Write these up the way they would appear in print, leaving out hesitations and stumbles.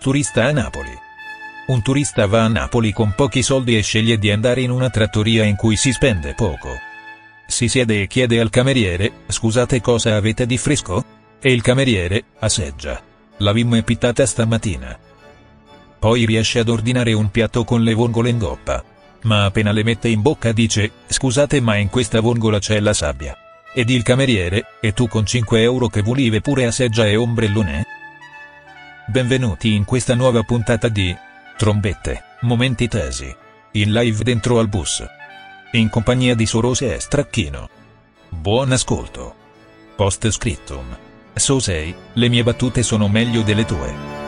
Turista a Napoli. Un turista va a Napoli con pochi soldi e sceglie di andare in una trattoria in cui si spende poco. Si siede e chiede al cameriere: scusate, cosa avete di fresco? E il cameriere asseggia: la vimma è pittata stamattina. Poi riesce ad ordinare un piatto con le vongole in goppa. Ma appena le mette in bocca dice: scusate, ma in questa vongola c'è la sabbia. Ed il cameriere: e tu con 5 euro che volevi pure asseggia e ombrellone? Benvenuti in questa nuova puntata di Trombette, momenti tesi. In live dentro al bus. In compagnia di Sorose e Stracchino. Buon ascolto. Post scriptum. So sei, le mie battute sono meglio delle tue.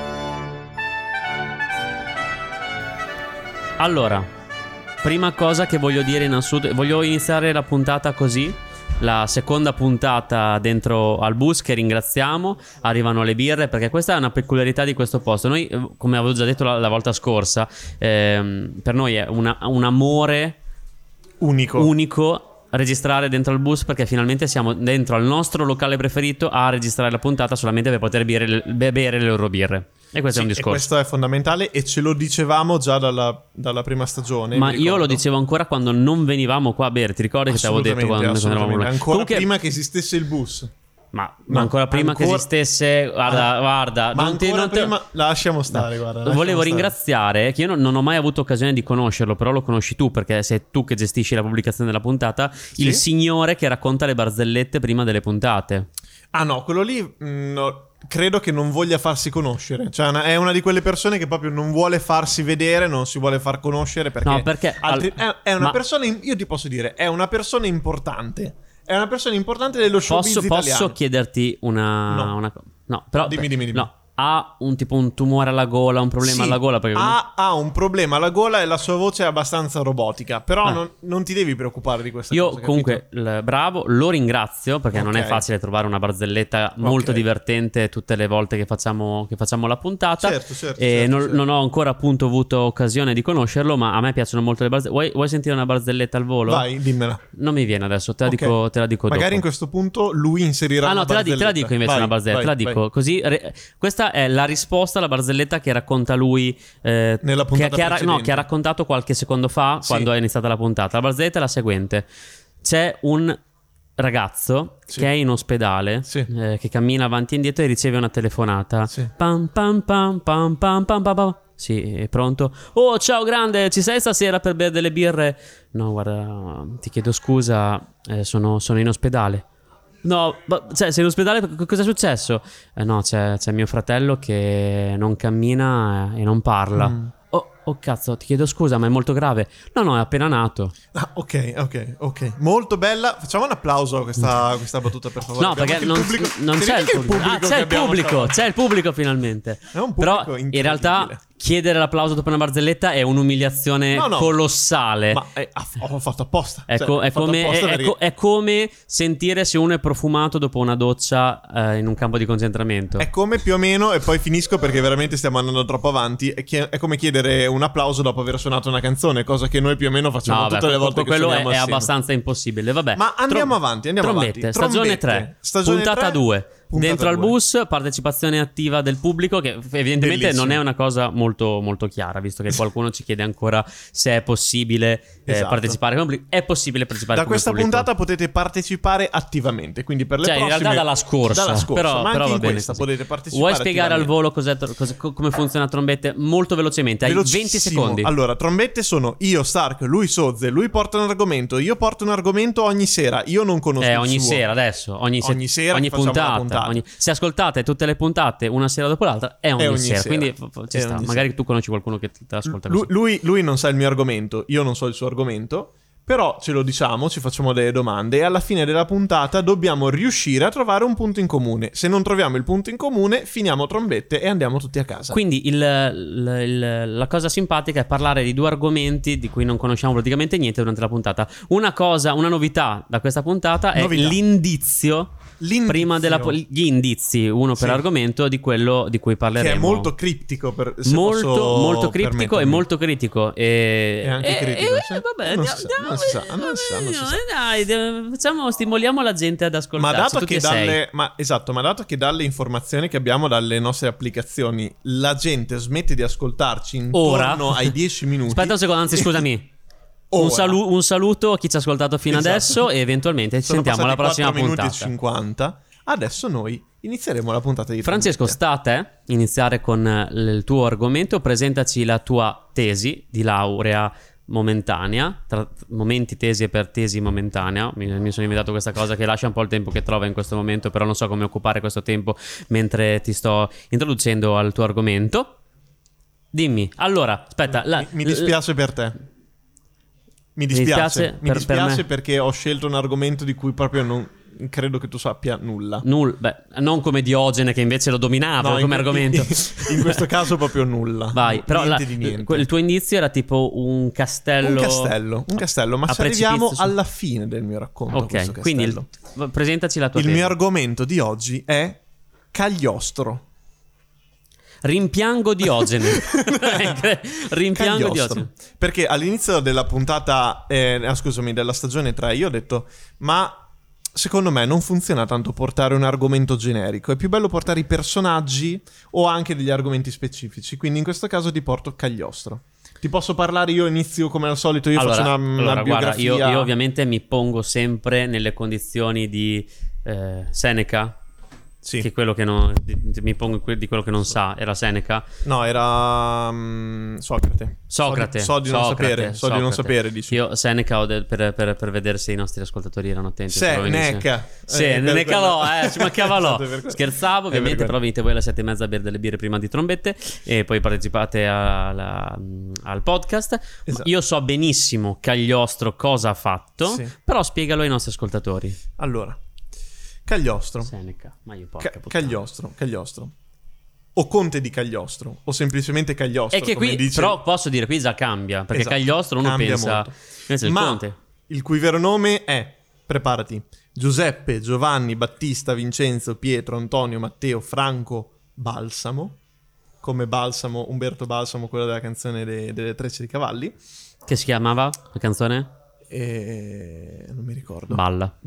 Allora, prima cosa che voglio dire innanzitutto, voglio iniziare la puntata così. La seconda puntata dentro al bus, che ringraziamo. Arrivano le birre, perché questa è una peculiarità di questo posto. Noi, come avevo già detto la volta scorsa, per noi è un amore unico registrare dentro al bus, perché finalmente siamo dentro al nostro locale preferito a registrare la puntata solamente per poter bere le loro birre. E questo è un discorso. E questo è fondamentale, e ce lo dicevamo già dalla prima stagione. Ma io lo dicevo ancora quando non venivamo qua a bere. Ti ricordi che ti avevo detto quando eravamo là? Ancora prima che esistesse il bus. Ma ancora prima che esistesse, guarda, prima lasciamo stare, guarda. Volevo ringraziare, che io non ho mai avuto occasione di conoscerlo, però lo conosci tu, perché sei tu che gestisci la pubblicazione della puntata, il signore che racconta le barzellette prima delle puntate. Ah no, quello lì no, credo che non voglia farsi conoscere. Cioè è una di quelle persone che proprio non vuole farsi vedere, non si vuole far conoscere, perché è una persona, io ti posso dire, è una persona importante. È una persona importante dello showbiz italiano. Posso chiederti una... No, però... Dimmi. No, ha un tumore alla gola, un problema alla gola? Perché ha un problema alla gola e la sua voce è abbastanza robotica. Però non ti devi preoccupare di questa cosa. Io comunque, bravo, lo ringrazio, perché non è facile trovare una barzelletta molto divertente tutte le volte che facciamo la puntata. Certo. Non ho ancora appunto avuto occasione di conoscerlo, ma a me piacciono molto le barzellette. Vuoi sentire una barzelletta al volo? Vai, dimmela. Non mi viene adesso, te la dico dopo. Magari in questo punto lui inserirà una barzelletta. Te la dico invece una barzelletta. Te la dico così. Questa è la risposta alla barzelletta che racconta lui nella puntata precedente. che ha raccontato qualche secondo fa, quando è iniziata la puntata. La barzelletta è la seguente: c'è un ragazzo che è in ospedale, che cammina avanti e indietro e riceve una telefonata. Pam pam pam pam pam pam pam pam. Sì, è pronto. Oh, ciao grande, ci sei stasera per bere delle birre? No, guarda, ti chiedo scusa, sono in ospedale. No, sei in ospedale? Cosa è successo? No, c'è mio fratello che non cammina e non parla. Oh cazzo, ti chiedo scusa, ma è molto grave. No, è appena nato. Ok. Molto bella. Facciamo un applauso a questa battuta, per favore. No, perché non c'è il pubblico. C'è il pubblico finalmente. È un pubblico però in realtà chiedere l'applauso dopo una barzelletta è un'umiliazione colossale. Ma ho fatto apposta. È come sentire se uno è profumato dopo una doccia in un campo di concentramento. È come più o meno, e poi finisco perché veramente stiamo andando troppo avanti, è come chiedere un applauso dopo aver suonato una canzone, cosa che noi più o meno facciamo tutte le volte che suoniamo assieme. Quello è abbastanza impossibile. Vabbè. Ma andiamo avanti. Trombette, stagione 3, puntata 2. Dentro al bus, partecipazione attiva del pubblico, che evidentemente Bellissimo. non è una cosa molto, molto chiara, visto che qualcuno ci chiede ancora se è possibile partecipare come pubblico. È possibile partecipare come pubblico. Da questa puntata potete partecipare attivamente, quindi per le prossime... in realtà dalla scorsa, però va anche in bene questa potete partecipare. Vuoi spiegare al volo come funziona Trombette? Molto velocemente, hai 20 secondi. Allora, Trombette sono io, Stark, lui Sozze, lui porta un argomento, io porto un argomento ogni sera. Io non conosco il ogni suo. sera adesso, ogni sera, ogni puntata. Se ascoltate tutte le puntate una sera dopo l'altra è ogni sera. Quindi ci sta. Magari tu conosci qualcuno che ti ascolta così. Lui non sa il mio argomento, io non so il suo argomento, però ce lo diciamo, ci facciamo delle domande e alla fine della puntata dobbiamo riuscire a trovare un punto in comune. Se non troviamo il punto in comune, finiamo Trombette e andiamo tutti a casa. Quindi la cosa simpatica è parlare di due argomenti di cui non conosciamo praticamente niente durante la puntata. Una novità da questa puntata è l'indizio. Prima gli indizi, uno per argomento, di quello di cui parleremo. Che è molto criptico, molto criptico e molto critico. E anche critico. Vabbè, non si sa. Dai, stimoliamo la gente ad ascoltarci. Ma dato che dalle informazioni che abbiamo dalle nostre applicazioni la gente smette di ascoltarci intorno ai 10 minuti. Aspetta un secondo, anzi scusami. Un saluto a chi ci ha ascoltato fino adesso e eventualmente ci sentiamo alla prossima puntata. 4 minuti e 50. Adesso noi inizieremo la puntata di Francesco, sta a te iniziare con il tuo argomento. Presentaci la tua tesi di laurea momentanea, tra momenti tesi e per tesi momentanea. Mi sono inventato questa cosa che lascia un po' il tempo che trova in questo momento, però non so come occupare questo tempo mentre ti sto introducendo al tuo argomento. Dimmi, allora, aspetta. Mi dispiace per te. Mi dispiace perché ho scelto un argomento di cui proprio non credo che tu sappia nulla. Non come Diogene che invece lo dominava come argomento. In questo caso proprio nulla. Vai, però niente. Il tuo indizio era tipo un castello. Un castello, ma ci arriviamo alla fine del mio racconto. Ok, quindi presentaci la tua tesi. Il mio argomento di oggi è Cagliostro. Rimpiango Diogene. Rimpiango Diogene. Perché all'inizio della puntata della stagione 3 io ho detto ma secondo me non funziona tanto portare un argomento generico, è più bello portare i personaggi o anche degli argomenti specifici, quindi in questo caso ti porto Cagliostro. Ti posso parlare, io inizio come al solito, faccio una biografia. Guarda, io ovviamente mi pongo sempre nelle condizioni di Seneca. Sì. Che quello che non mi pongo di quello che non sa era Seneca. No, era Socrate. So di non sapere, dici. Io Seneca per vedere se i nostri ascoltatori erano attenti. Seneca. Ci mancava Scherzavo, ovviamente, però venite voi alle 7:30 a bere delle birre prima di trombette e poi partecipate al podcast. Esatto. Io so benissimo Cagliostro cosa ha fatto, sì. Però spiegalo ai nostri ascoltatori. Allora, Cagliostro. Seneca, ma io Cagliostro. O Conte di Cagliostro, o semplicemente Cagliostro. E che qui, però posso dire, qui già cambia, perché esatto, Cagliostro uno pensa il Conte. Il cui vero nome è, preparati, Giuseppe, Giovanni, Battista, Vincenzo, Pietro, Antonio, Matteo, Franco, Balsamo, come Balsamo, Umberto Balsamo, quello della canzone delle Trecce di Cavalli. Che si chiamava la canzone? Non mi ricordo. Balla.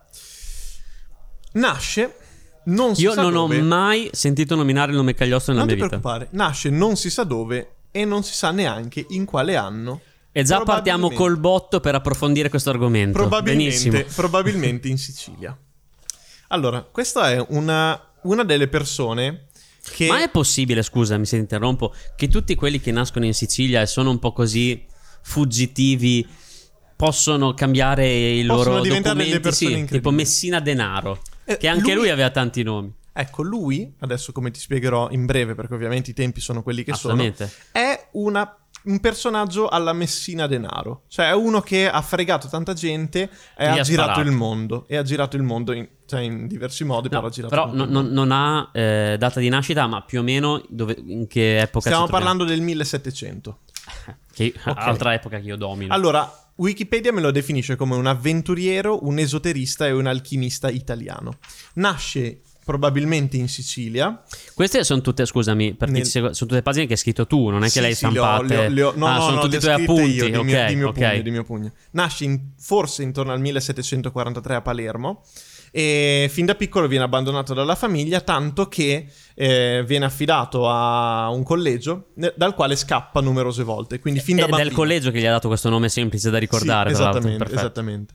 Nasce, Io non ho mai sentito nominare il nome Cagliostro nella mia vita. Non ti preoccupare, nasce non si sa dove e non si sa neanche in quale anno. E già partiamo col botto per approfondire questo argomento. Probabilmente in Sicilia. Allora, questa è una delle persone che... Ma è possibile, scusami se ti interrompo, che tutti quelli che nascono in Sicilia e sono un po' così fuggitivi possono cambiare i loro documenti, sì, tipo Messina Denaro, che anche lui aveva tanti nomi. Ecco, lui, adesso come ti spiegherò in breve, perché ovviamente i tempi sono quelli che sono, è un personaggio alla Messina Denaro. Cioè è uno che ha fregato tanta gente e ha girato il mondo. E ha girato il mondo in diversi modi, però ha girato il mondo. Non ha data di nascita, ma più o meno in che epoca stiamo parlando del 1700. Altra epoca che io domino. Allora, Wikipedia me lo definisce come un avventuriero, un esoterista e un alchimista italiano. Nasce probabilmente in Sicilia. Queste sono tutte, scusami, sono tutte pagine che hai scritto tu, non è che le hai stampate. Sono tutti i tuoi appunti. Di mio pugno. Nasce forse intorno al 1743 a Palermo. E fin da piccolo viene abbandonato dalla famiglia, tanto che viene affidato a un collegio dal quale scappa numerose volte. Quindi fin da bambino. È del collegio che gli ha dato questo nome semplice da ricordare. Sì, esattamente.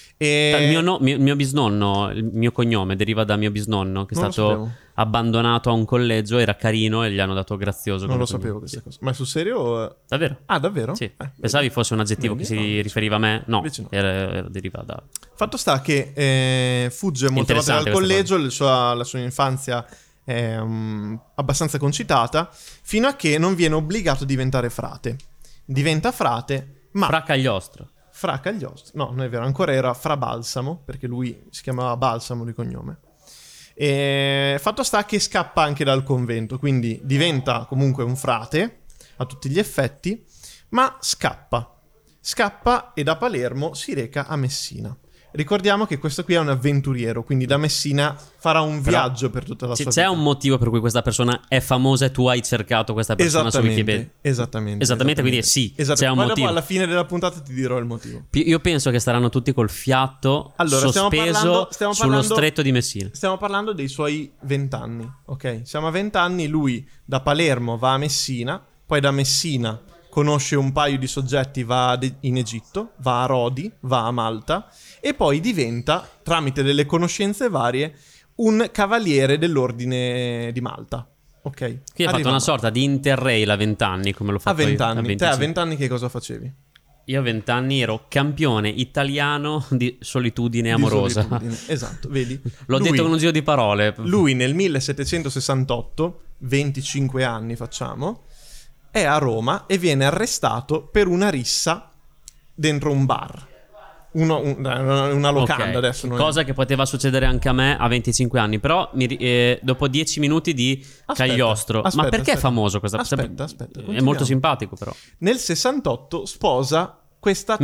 Il mio bisnonno, il mio cognome deriva da mio bisnonno, che è stato abbandonato a un collegio, era carino e gli hanno dato Grazioso. Non lo sapevo questa cosa. Ma è sul serio? Davvero? Ah, davvero? Sì. Pensavi fosse un aggettivo che si riferiva a me? No, deriva da... Fatto sta che fugge molte volte dal collegio, la sua infanzia è abbastanza concitata, fino a che non viene obbligato a diventare frate. Diventa frate, ma... Fra Cagliostro. No, non è vero, ancora era Fra Balsamo, perché lui si chiamava Balsamo di cognome. E fatto sta che scappa anche dal convento, quindi diventa comunque un frate a tutti gli effetti, ma scappa e da Palermo si reca a Messina. ricordiamo che questo qui è un avventuriero, quindi da Messina farà un viaggio per tutta la sua vita. C'è un motivo per cui questa persona è famosa e tu hai cercato questa persona su Wikipedia. Esattamente, quindi sì, c'è un motivo. Dopo alla fine della puntata ti dirò il motivo. Io penso che staranno tutti col fiato sospeso sullo stretto di Messina. Stiamo parlando dei suoi 20 anni, ok? Siamo a 20 anni, lui da Palermo va a Messina, poi da Messina conosce un paio di soggetti, va in Egitto, va a Rodi, va a Malta e poi diventa, tramite delle conoscenze varie, un cavaliere dell'ordine di Malta. Ok? Qui hai fatto una sorta di interrail a 20 anni, come l'ho fatto a 20 anni. Te a 20 anni che cosa facevi? Io a 20 anni ero campione italiano di solitudine amorosa. Esatto, vedi? L'ho detto con un giro di parole. Lui nel 1768, 25 anni facciamo, è a Roma e viene arrestato per una rissa dentro un bar. Una locanda, okay. Adesso cosa che poteva succedere anche a me a 25 anni. Però dopo 10 minuti di cagliostro. Ma perché è famoso questa? Aspetta, è molto simpatico però. Nel 68 sposa questa tal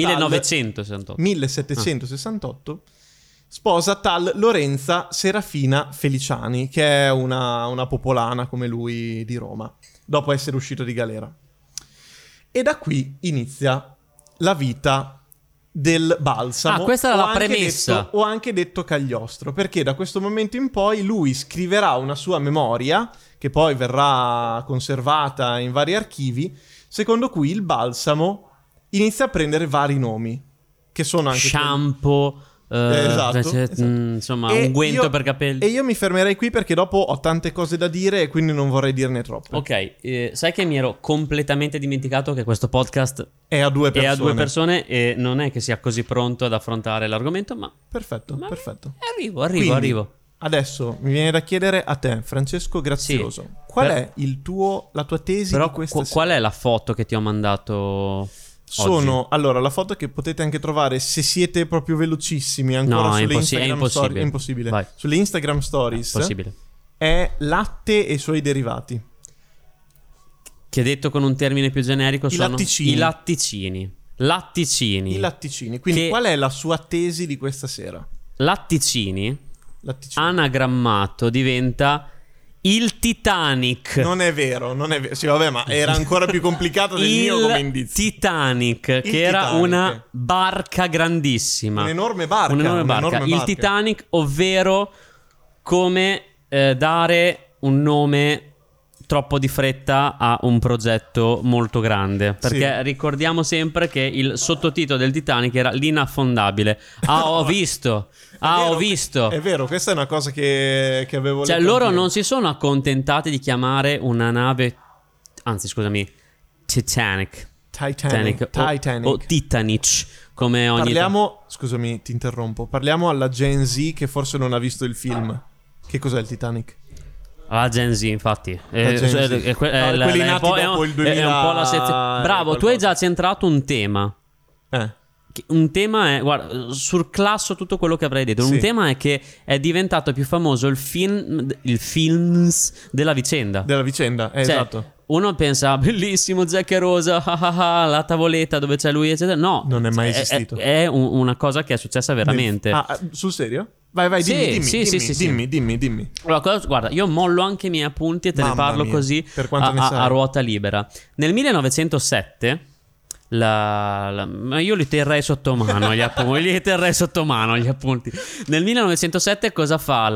1768 sposa tal Lorenza Serafina Feliciani, che è una popolana come lui di Roma, dopo essere uscito di galera. E da qui inizia la vita del balsamo. Questa era la premessa. Ho anche detto cagliostro, perché da questo momento in poi lui scriverà una sua memoria, che poi verrà conservata in vari archivi, secondo cui il balsamo inizia a prendere vari nomi, che sono anche shampoo, esatto. Insomma, unguento per capelli. E io mi fermerei qui perché dopo ho tante cose da dire e quindi non vorrei dirne troppe. Ok, sai che mi ero completamente dimenticato che questo podcast è a due persone e non è che sia così pronto ad affrontare l'argomento, ma perfetto. Arrivo. Adesso mi viene da chiedere a te, Francesco Grazioso, sì, qual è la tua tesi però di questa qual è la foto che ti ho mandato? Allora, la foto che potete anche trovare se siete proprio velocissimi ancora sulle Instagram Stories. È impossibile. Vai. Sulle Instagram Stories è latte e i suoi derivati. Che detto con un termine più generico sono i latticini. I latticini. Quindi qual è la sua tesi di questa sera? Latticini. Anagrammato diventa il Titanic. Non è vero. Sì, vabbè, ma era ancora più complicato del mio come indizio. Che era una barca grandissima. Un'enorme barca. Il Titanic, ovvero come dare un nome troppo di fretta a un progetto molto grande, perché ricordiamo sempre che il sottotitolo del Titanic era l'inaffondabile. Ho visto. È vero, questa è una cosa che avevo letto. Loro non si sono accontentati di chiamare una nave, anzi scusami, Titanic o Titanic, come ogni scusami, ti interrompo. Parliamo alla Gen Z che forse non ha visto il film. Che cos'è il Titanic? La Gen Z, infatti, quelli nati dopo il 2000 è un po' la sezione. Bravo, tu hai già centrato un tema. Un tema è, guarda, surclasso tutto quello che avrei detto. Un tema è che è diventato più famoso il films della vicenda. Esatto. Uno pensa, bellissimo, Jack e Rosa, la tavoletta dove c'è lui, eccetera. No, non è mai esistito. È una cosa che è successa veramente. Sul serio? Vai, dimmi. Allora, guarda, io mollo anche i miei appunti e te ne parlo così a ruota libera. Nel 1907 io li terrei sotto mano gli appunti. Nel 1907 cosa fa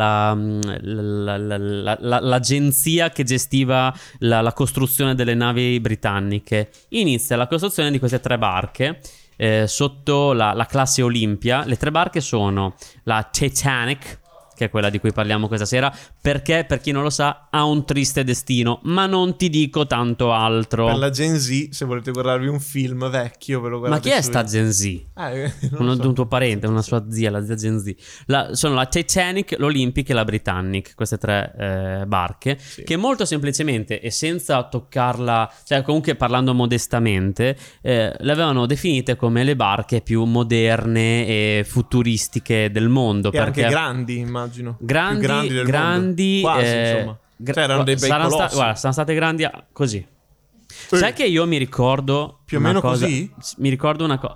l'agenzia che gestiva la costruzione delle navi britanniche? Inizia la costruzione di queste 3 barche sotto la classe Olimpia. Le 3 barche sono la Titanic, che è quella di cui parliamo questa sera, perché, per chi non lo sa, ha un triste destino, ma non ti dico tanto altro. Per la Gen Z, se volete guardarvi un film vecchio, ve lo guardate. Ma chi è sta Gen Z? Un tuo parente, una sua zia, la zia Gen Z. Sono la Titanic, l'Olympic e la Britannic, queste 3 barche, che molto semplicemente e senza toccarla, cioè comunque parlando modestamente, le avevano definite come le barche più moderne e futuristiche del mondo. E perché anche grandi, immagino. Grandi, quasi, insomma. Erano dei bei colossi. Guarda, sono state grandi così. Sai che io mi ricordo più o meno cosa, così? Mi ricordo una cosa.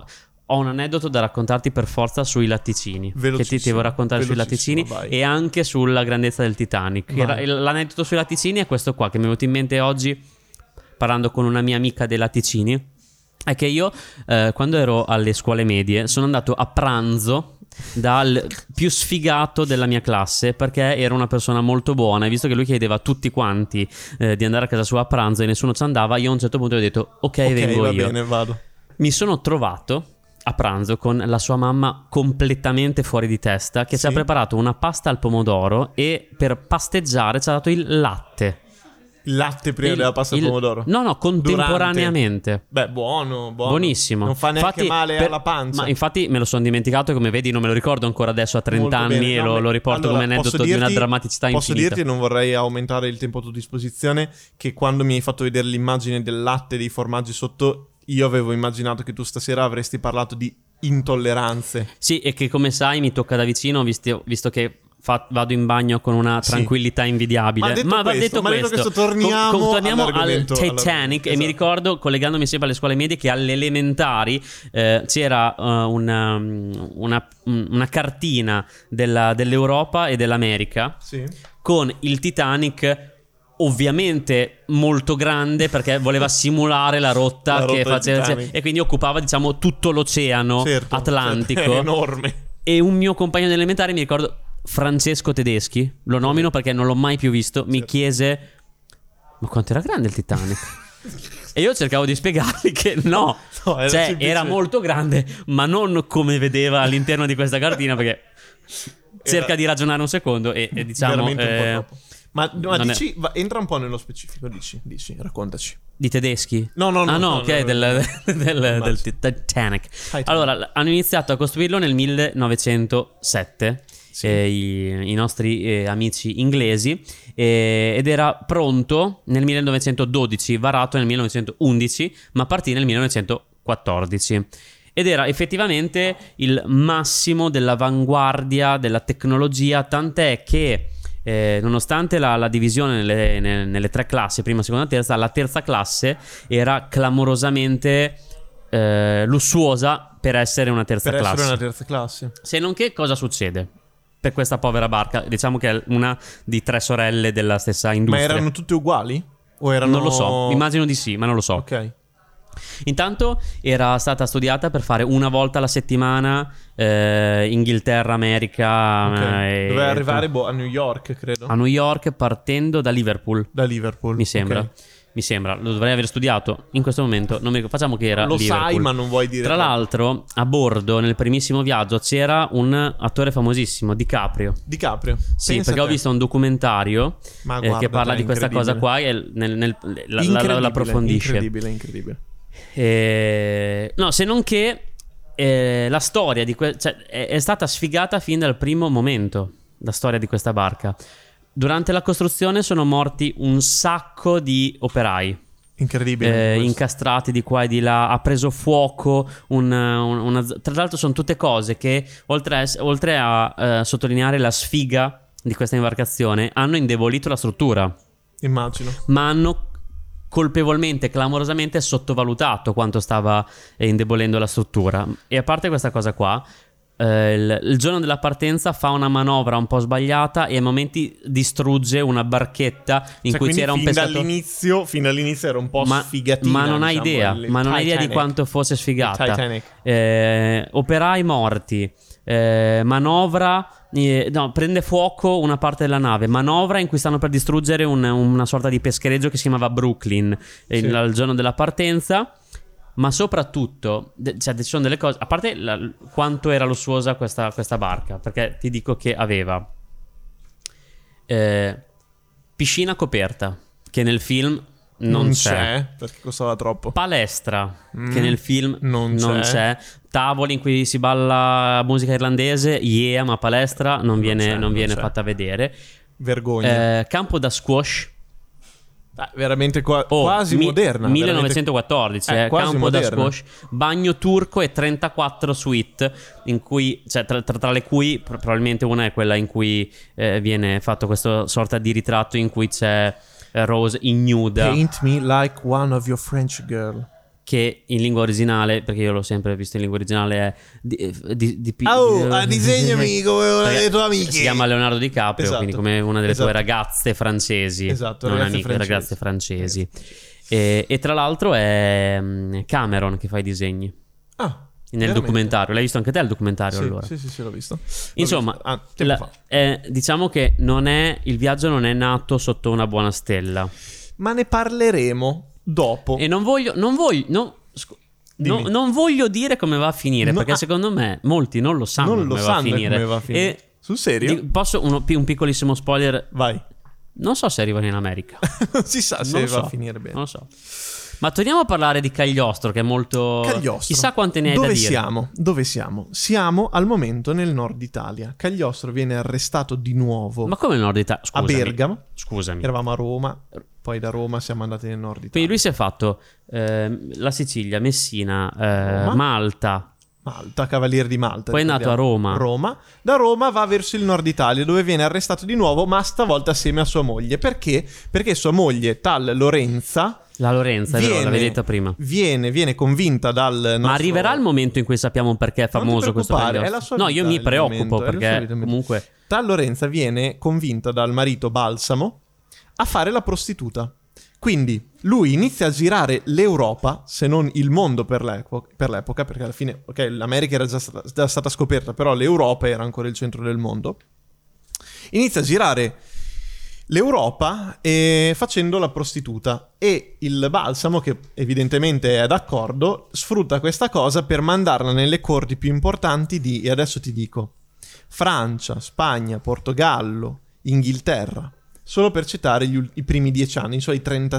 ho un aneddoto da raccontarti per forza sui latticini. Che ti devo raccontare sui latticini, vai. E anche sulla grandezza del Titanic. L'aneddoto sui latticini è questo qua, che mi è venuto in mente oggi parlando con una mia amica dei latticini. È che io quando ero alle scuole medie sono andato a pranzo dal più sfigato della mia classe, perché era una persona molto buona, e visto che lui chiedeva a tutti quanti di andare a casa sua a pranzo e nessuno ci andava, io a un certo punto ho detto ok, vengo io. Bene, vado. Mi sono trovato a pranzo con la sua mamma completamente fuori di testa, che ci ha preparato una pasta al pomodoro e per pasteggiare ci ha dato il latte. Il latte prima della pasta al pomodoro? No, contemporaneamente. Beh, buono. Buonissimo. Non fa neanche male alla pancia. Ma infatti me lo sono dimenticato, come vedi non me lo ricordo ancora adesso a 30 anni. No, e lo riporto come aneddoto di una drammaticità infinita. Posso dirti, non vorrei aumentare il tempo a tua disposizione, che quando mi hai fatto vedere l'immagine del latte e dei formaggi sotto, io avevo immaginato che tu stasera avresti parlato di intolleranze. Sì, e che come sai mi tocca da vicino, visto che vado in bagno con una tranquillità invidiabile. Ma detto questo, torniamo al Titanic. E mi ricordo, collegandomi sempre alle scuole medie, che alle elementari c'era una cartina dell'Europa e dell'America con il Titanic ovviamente molto grande, perché voleva simulare la rotta che faceva, e quindi occupava, diciamo, tutto l'oceano Atlantico. È enorme. E un mio compagno di elementari, mi ricordo, Francesco Tedeschi, lo nomino perché non l'ho mai più visto, mi chiese: ma quanto era grande il Titanic? E io cercavo di spiegargli che era molto grande, ma non come vedeva all'interno di questa cartina, perché cerca di ragionare un secondo e diciamo veramente un po' troppo. Ma dici, entra un po' nello specifico, dici, raccontaci. Di Tedeschi? No, del Titanic. Allora, hanno iniziato a costruirlo nel 1907 i nostri amici inglesi, ed era pronto nel 1912, varato nel 1911, ma partì nel 1914. Ed era effettivamente il massimo dell'avanguardia della tecnologia, tant'è che nonostante la divisione nelle tre classi, prima, seconda, terza, la terza classe era clamorosamente lussuosa per essere una terza classe. Se non che cosa succede per questa povera barca? Diciamo che è una di tre sorelle della stessa industria. Ma erano tutte uguali? O erano... Non lo so, immagino di sì, ma non lo so. Ok. Intanto era stata studiata per fare una volta alla settimana Inghilterra, America. Doveva arrivare a New York, credo. A New York, partendo da Liverpool. Mi sembra. Okay. Mi sembra, lo dovrei aver studiato in questo momento. Non mi ricordo. Facciamo che era lo Liverpool. Sai, ma non vuoi dire. Tra l'altro, a bordo nel primissimo viaggio c'era un attore famosissimo, DiCaprio. Sì, perché ho visto un documentario che parla di questa cosa qua e la approfondisce. Incredibile. No, se non che la storia di è stata sfigata fin dal primo momento. La storia di questa barca. Durante la costruzione sono morti un sacco di operai. Incredibile. Incastrati di qua e di là. Ha preso fuoco tra l'altro sono tutte cose che oltre a sottolineare la sfiga di questa imbarcazione, hanno indebolito la struttura. Immagino. Ma hanno colpevolmente, clamorosamente sottovalutato quanto stava indebolendo la struttura. E a parte questa cosa qua, il giorno della partenza fa una manovra un po' sbagliata e a momenti distrugge una barchetta in cui c'era un pescatore. Fino all'inizio era un po' sfigatina. Ma non hai idea, di quanto fosse sfigata. Operai morti, manovra. Prende fuoco una parte della nave, manovra in cui stanno per distruggere una sorta di peschereccio che si chiamava Brooklyn il giorno della partenza. Ma soprattutto ci sono delle cose, a parte quanto era lussuosa questa barca, perché ti dico che aveva piscina coperta, che nel film non c'è perché costava troppo. Palestra, che nel film non c'è. Tavoli in cui si balla musica irlandese, ma palestra non viene fatta vedere. Vergogna. Campo da squash. Veramente quasi moderna. 1914, campo moderna. Da squash, bagno turco e 34 suite, in cui, tra le cui probabilmente una è quella in cui viene fatto questo sorta di ritratto in cui c'è Rose ignuda. Paint me like one of your French girl. che in lingua originale, perché io l'ho sempre visto in lingua originale, è disegnami come una delle tue amiche. Si chiama Leonardo DiCaprio, esatto. Quindi come una delle tue ragazze francesi. Esatto, non amiche, ragazze francesi. E tra l'altro è Cameron che fa i disegni. Nel documentario. L'hai visto anche te il documentario? Sì, allora? Sì, l'ho visto. Insomma, diciamo che il viaggio non è nato sotto una buona stella. Ma ne parleremo dopo. E non voglio dire come va a finire, perché secondo me molti non lo sanno come va a finire. E sul serio? Posso un piccolissimo spoiler? Vai. Non so se arrivano in America. Non si sa se va a finire bene. Non lo so. Ma torniamo a parlare di Cagliostro, che è molto... Cagliostro. Chissà quante ne hai da dire. Dove siamo? Siamo al momento nel nord Italia. Cagliostro viene arrestato di nuovo. Ma come nel nord Italia? Scusami. A Bergamo. Scusami. Eravamo a Roma, poi da Roma siamo andati nel nord Italia. Quindi lui si è fatto la Sicilia, Messina, Malta, Cavaliere di Malta. Poi è nato a Roma. Da Roma va verso il nord Italia, dove viene arrestato di nuovo, ma stavolta assieme a sua moglie. Perché? Perché sua moglie, tal Lorenza... La Lorenza, l'avevi detto prima. Viene convinta dal nostro... Ma arriverà il momento in cui sappiamo perché è famoso questo Cagliostro? È la sua no, vita, io mi preoccupo perché comunque... Tal Lorenza viene convinta dal marito Balsamo a fare la prostituta. Quindi lui inizia a girare l'Europa, se non il mondo per l'epoca, perché alla fine, ok, l'America era già stata scoperta, però l'Europa era ancora il centro del mondo. Inizia a girare l'Europa facendo la prostituta, e il Balsamo, che evidentemente è d'accordo, sfrutta questa cosa per mandarla nelle corti più importanti e adesso ti dico, Francia, Spagna, Portogallo, Inghilterra, solo per citare i primi 10 anni, i suoi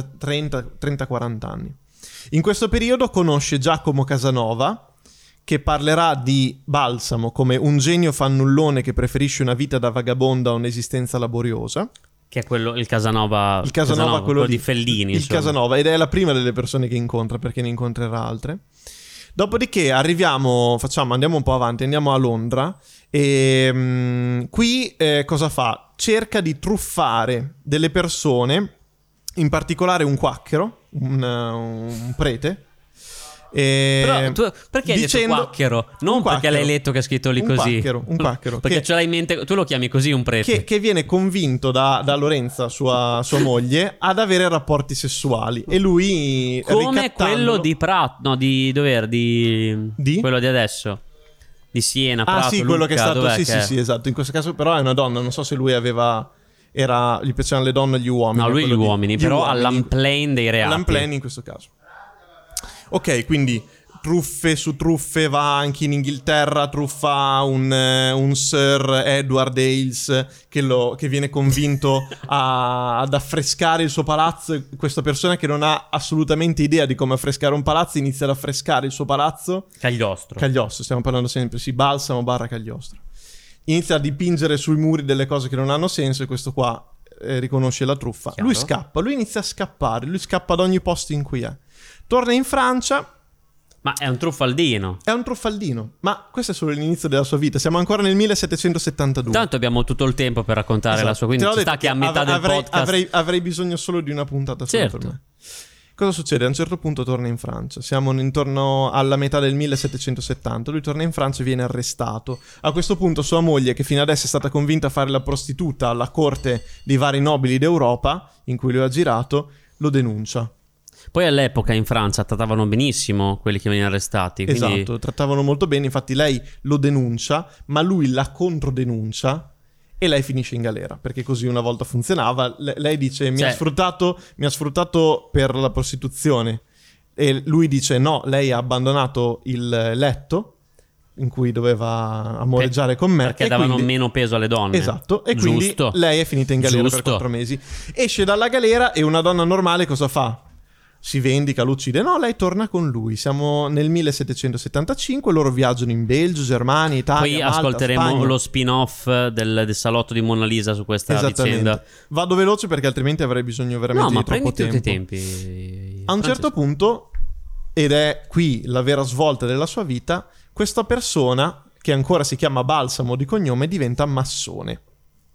30-40 anni. In questo periodo conosce Giacomo Casanova, che parlerà di Balsamo come un genio fannullone che preferisce una vita da vagabonda a un'esistenza laboriosa. Che è quello, il Casanova, quello di Fellini. Il Casanova, ed è la prima delle persone che incontra, perché ne incontrerà altre. Dopodiché andiamo un po' avanti, andiamo a Londra, e qui cosa fa? Cerca di truffare delle persone, in particolare un quacchero, un prete. Però tu perché hai detto quacchero? Non perché l'hai letto che è scritto lì così. Un quacchero. Perché ce l'hai in mente, tu lo chiami così un prete. Che viene convinto da Lorenza, sua moglie, ad avere rapporti sessuali. E lui, come quello di Prato, no, di dov'era? Di quello di adesso. Di Siena, Prato, sì, Lucca, quello che è stato, sì, esatto. In questo caso però è una donna, non so se lui gli piacevano le donne e gli uomini. No, lui gli uomini, però all'unplane dei reati. All'unplane in questo caso. Ok, quindi truffe su truffe, va anche in Inghilterra, truffa un Sir Edward Hales che viene convinto ad affrescare il suo palazzo. Questa persona che non ha assolutamente idea di come affrescare un palazzo inizia ad affrescare il suo palazzo. Cagliostro, stiamo parlando sempre, Balsamo / Cagliostro. Inizia a dipingere sui muri delle cose che non hanno senso, e questo qua riconosce la truffa. Chiaro. Lui scappa, lui inizia a scappare, lui scappa da ogni posto in cui è. Torna in Francia. Ma è un truffaldino. Ma questo è solo l'inizio della sua vita. Siamo ancora nel 1772. Tanto abbiamo tutto il tempo per raccontare la sua. Quindi ci sta che a metà del podcast avrei bisogno solo di una puntata solo certo. per me. Cosa succede? A un certo punto torna in Francia. Siamo intorno alla metà del 1770. Lui torna in Francia e viene arrestato. A questo punto sua moglie, che fino adesso è stata convinta a fare la prostituta alla corte dei vari nobili d'Europa, in cui lui ha girato, lo denuncia. Poi all'epoca in Francia trattavano benissimo quelli che venivano arrestati. Quindi... Esatto, trattavano molto bene. Infatti lei lo denuncia, ma lui la controdenuncia e lei finisce in galera, perché così una volta funzionava. Lei dice mi ha sfruttato per la prostituzione, e lui dice no, lei ha abbandonato il letto in cui doveva amoreggiare con me, perché davano meno peso alle donne. Esatto, e quindi lei è finita in galera per 4 mesi. Esce dalla galera e una donna normale cosa fa? Si vendica, lo uccide. No, lei torna con lui. Siamo nel 1775, loro viaggiano in Belgio, Germania, Italia, poi Malta, ascolteremo Spagna. Lo spin-off del salotto di Mona Lisa su questa vicenda. Vado veloce perché altrimenti avrei bisogno veramente di troppo tempo. No, ma prendi tutti i tempi. A un certo punto, ed è qui la vera svolta della sua vita, questa persona, che ancora si chiama Balsamo di cognome, diventa massone.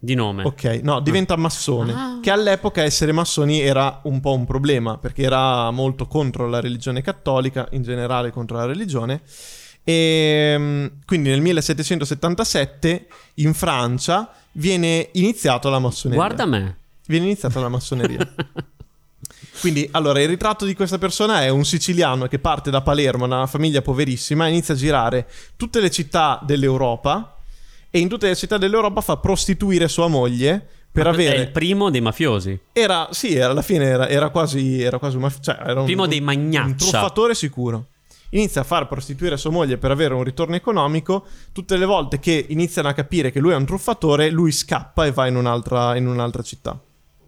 Di nome. Ok, no, diventa massone. Che all'epoca essere massoni era un po' un problema, perché era molto contro la religione cattolica, in generale contro la religione. E quindi nel 1777 in Francia viene iniziata la massoneria. Guarda me. Viene iniziata la massoneria. Quindi, allora, il ritratto di questa persona è un siciliano che parte da Palermo, da una famiglia poverissima, inizia a girare tutte le città dell'Europa, e in tutte le città dell'Europa fa prostituire sua moglie per avere... È il primo dei mafiosi. Alla fine era quasi un mafioso. Cioè, era primo dei magnaccia. Un truffatore sicuro. Inizia a far prostituire sua moglie per avere un ritorno economico. Tutte le volte che iniziano a capire che lui è un truffatore, lui scappa e va in un'altra città.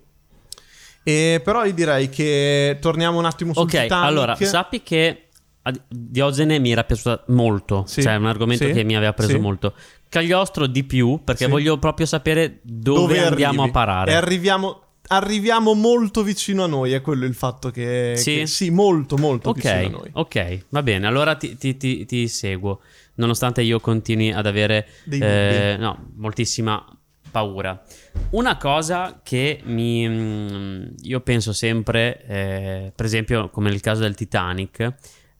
E però io direi che torniamo un attimo sul Titanic. Ok, allora, sappi che Diogene mi era piaciuta molto. Sì, cioè è un argomento che mi aveva preso molto. Cagliostro di più, perché voglio proprio sapere dove andiamo a parare. E arriviamo molto vicino a noi, è quello il fatto che... Sì, molto vicino a noi. Ok, va bene, allora ti seguo, nonostante io continui ad avere moltissima paura. Una cosa che io penso sempre, per esempio come nel caso del Titanic,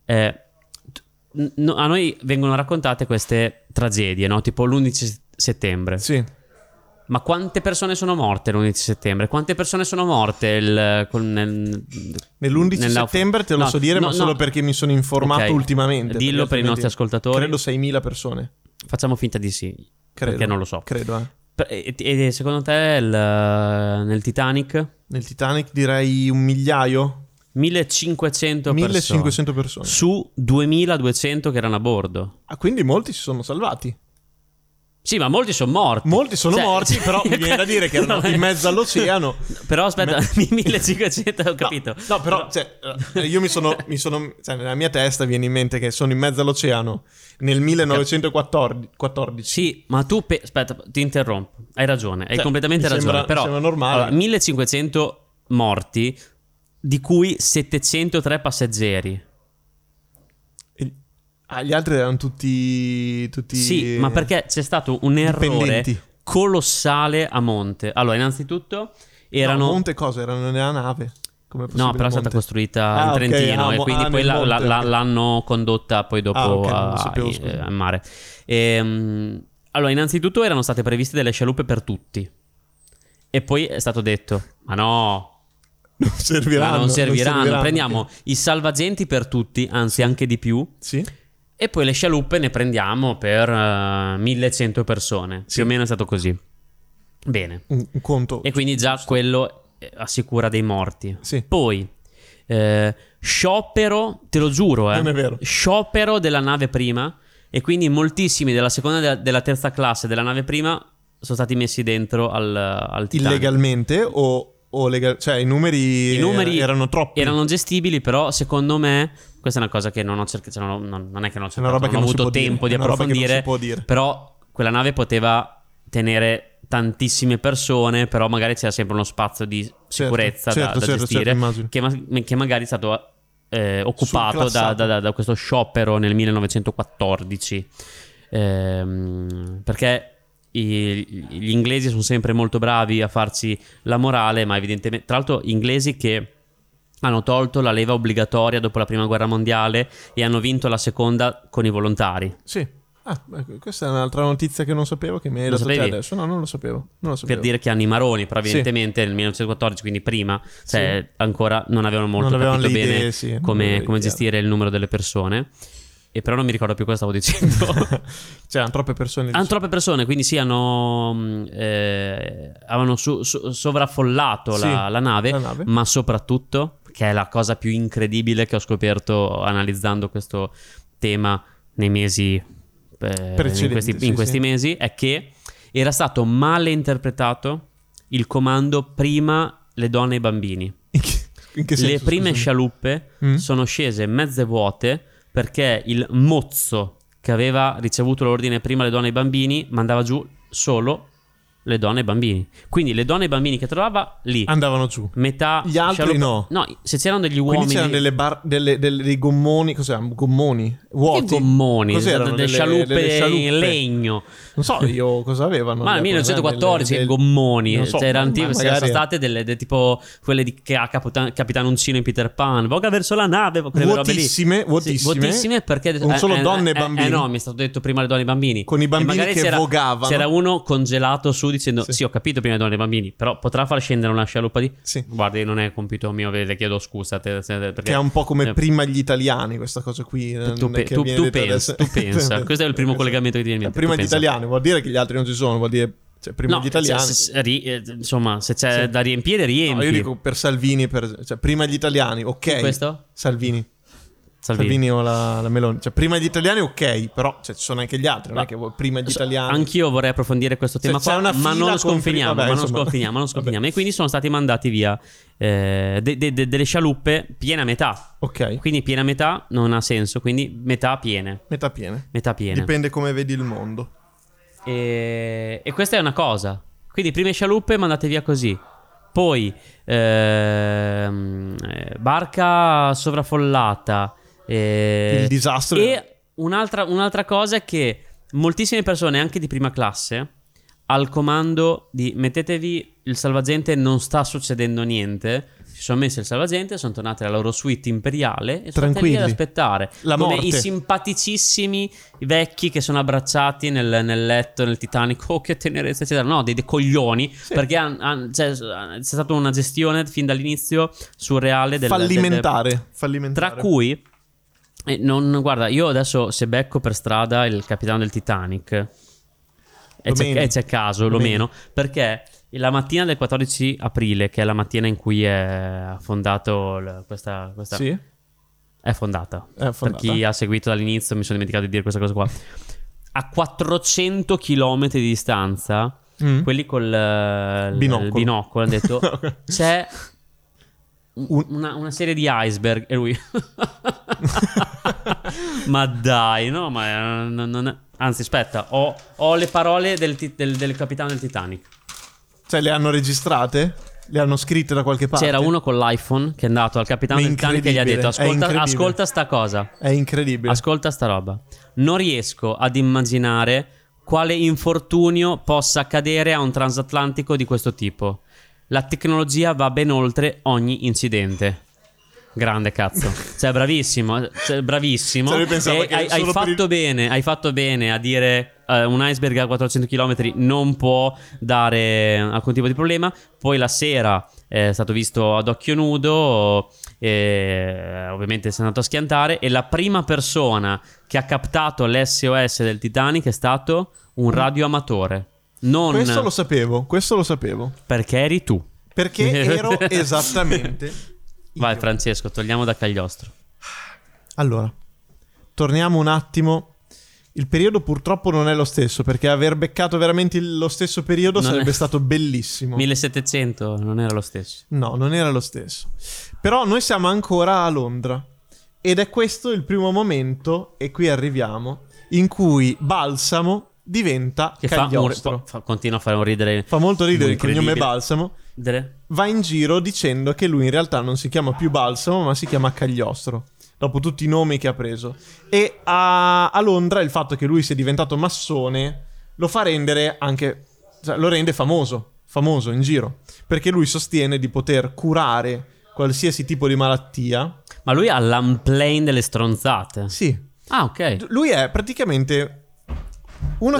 a noi vengono raccontate queste tragedie, no? Tipo l'11 settembre. Sì. Ma quante persone sono morte l'11 settembre? Quante persone sono morte nell'11 settembre? Te lo so dire, ma solo perché mi sono informato ultimamente. Dillo per i nostri ascoltatori. Credo 6.000 persone. Facciamo finta di sì. Perché non lo so. Credo, E secondo te nel Titanic? Nel Titanic direi 1.000.000. 1500 persone su 2200 che erano a bordo. Quindi molti si sono salvati. Sì, ma molti sono morti. Molti sono morti, però mi viene da dire che erano in mezzo all'oceano. Però aspetta, 1500 ho capito. No, però io mi sono nella mia testa viene in mente che sono in mezzo all'oceano nel 1914. Sì, ma tu aspetta, ti interrompo. Hai ragione, hai completamente ragione. Però sembra normale. Allora, 1500 morti, di cui 703 passeggeri. Gli altri erano tutti sì, ma perché c'è stato un errore colossale a monte. Allora, innanzitutto erano... No, a monte cosa? Erano nella nave? No, però è stata costruita in Trentino, e quindi poi l'hanno condotta poi dopo a mare. Allora, innanzitutto erano state previste delle scialuppe per tutti. E poi è stato detto, ma no... Non serviranno. Prendiamo i salvagenti per tutti, anzi anche di più. Sì. E poi le scialuppe ne prendiamo per 1100 persone. Più o meno è stato così. Bene. Un conto. E quindi già quello assicura dei morti. Sì. Poi sciopero, te lo giuro, non è vero. Sciopero della nave prima. E quindi moltissimi della seconda e della terza classe della nave prima sono stati messi dentro al Titanic. Illegalmente cioè i numeri erano troppi. Erano gestibili, però secondo me questa è una cosa che non ho cercato, non è che non ho cercato, non ho avuto tempo di approfondire, però quella nave poteva tenere tantissime persone, però magari c'era sempre uno spazio di sicurezza da gestire, che magari è stato occupato da questo sciopero nel 1914, perché gli inglesi sono sempre molto bravi a farci la morale, ma evidentemente, tra l'altro, inglesi che hanno tolto la leva obbligatoria dopo la prima guerra mondiale e hanno vinto la seconda con i volontari. Sì. Questa è un'altra notizia che non sapevo, che mi hai dato te adesso. No, non lo sapevo. Per dire che hanno i maroni, però evidentemente nel 1914, quindi prima, ancora non avevano molto capito bene come gestire il numero delle persone. E però non mi ricordo più cosa stavo dicendo. Cioè, hanno troppe persone. Hanno troppe persone, quindi avevano sovraffollato la nave, ma soprattutto, che è la cosa più incredibile che ho scoperto analizzando questo tema nei mesi in questi mesi, è che era stato male interpretato il comando prima le donne e i bambini. In che senso, le prime scialuppe sono scese mezze vuote perché il mozzo che aveva ricevuto l'ordine prima le donne e i bambini mandava giù solo le donne e i bambini. Quindi le donne e i bambini che trovava lì andavano giù. Metà gli altri no. No, se c'erano degli uomini. Quindi c'erano dei gommoni. Cos'erano? Gommoni vuoti. Che gommoni? Cos'erano? Delle scialuppe in legno. Non so io cosa avevano. Ma nel 1914 che gommoni. Non so, erano state delle tipo quelle che ha Capitano Uncino in Peter Pan. Voga verso la nave. Vuotissime. Vuotissime perché non solo donne e bambini. No, mi è stato detto prima le donne e i bambini. Con i bambini che vogavano. C'era uno congelato su dicendo sì, ho capito prima le donne e i bambini, però potrà far scendere una scialuppa di... Sì. Guardi, non è compito mio, le chiedo scusa perché... Che è un po' come prima gli italiani questa cosa qui. Tu pensa. Questo è il primo collegamento che ti viene in mente. Prima gli italiani vuol dire che gli altri non ci sono, vuol dire prima gli italiani. Insomma, se c'è da riempire, riempi. No, io dico per Salvini, prima gli italiani, ok. Questo? Salvini o la Meloni. Prima gli italiani, ok, però ci sono anche gli altri. Non è che prima gli italiani. Anch'io vorrei approfondire questo tema qua, ma non lo sconfiniamo. E quindi sono stati mandati via delle scialuppe piena metà. Ok. Quindi piena metà non ha senso. Quindi metà piene. Metà piene. Dipende come vedi il mondo. E questa è una cosa. Quindi prime scialuppe mandate via così. Poi barca sovraffollata. Il disastro. E un'altra cosa è che moltissime persone, anche di prima classe, al comando di mettetevi il salvagente, non sta succedendo niente, si sono messi il salvagente, sono tornati alla loro suite imperiale e sono stati lì ad aspettare la morte. I simpaticissimi vecchi che sono abbracciati nel letto nel Titanic, che tenerezza eccetera, no, dei coglioni, sì. Perché c'è stata una gestione fin dall'inizio surreale fallimentare. Tra cui guarda, io adesso se becco per strada il capitano del Titanic c'è caso, lo meno, perché la mattina del 14 aprile, che è la mattina in cui è affondato questa sì? È fondata. Per chi ha seguito dall'inizio, mi sono dimenticato di dire questa cosa qua. A 400 km di distanza, quelli col binocolo hanno detto c'è una serie di iceberg e lui ma dai, no, ma non anzi aspetta, ho le parole del capitano del Titanic. Cioè le hanno registrate? Le hanno scritte da qualche parte? C'era uno con l'iPhone che è andato al capitano del Titanic e gli ha detto ascolta sta cosa. È incredibile. Ascolta sta roba. Non riesco ad immaginare quale infortunio possa accadere a un transatlantico di questo tipo. La tecnologia va ben oltre ogni incidente. Grande cazzo. Cioè bravissimo. E hai fatto bene a dire un iceberg a 400 km non può dare alcun tipo di problema. Poi la sera è stato visto ad occhio nudo, ovviamente si è andato a schiantare, e la prima persona che ha captato l'SOS del Titanic è stato un radioamatore. Questo lo sapevo. Perché eri tu. Perché ero esattamente Vai Francesco, togliamo da Cagliostro. Allora, torniamo un attimo. Il periodo purtroppo non è lo stesso, perché aver beccato veramente lo stesso periodo sarebbe stato bellissimo. 1700 non era lo stesso. No, non era lo stesso. Però noi siamo ancora a Londra. Ed è questo il primo momento, e qui arriviamo, in cui Balsamo diventa Cagliostro. Continua a fare un ridere. Fa molto ridere il cognome Balsamo. Va in giro dicendo che lui in realtà non si chiama più Balsamo, ma si chiama Cagliostro, dopo tutti i nomi che ha preso. E a Londra il fatto che lui sia diventato massone lo fa rendere anche, cioè, lo rende famoso in giro, perché lui sostiene di poter curare qualsiasi tipo di malattia. Ma lui ha l'unplane delle stronzate. Sì. Ah, ok. Lui è praticamente uno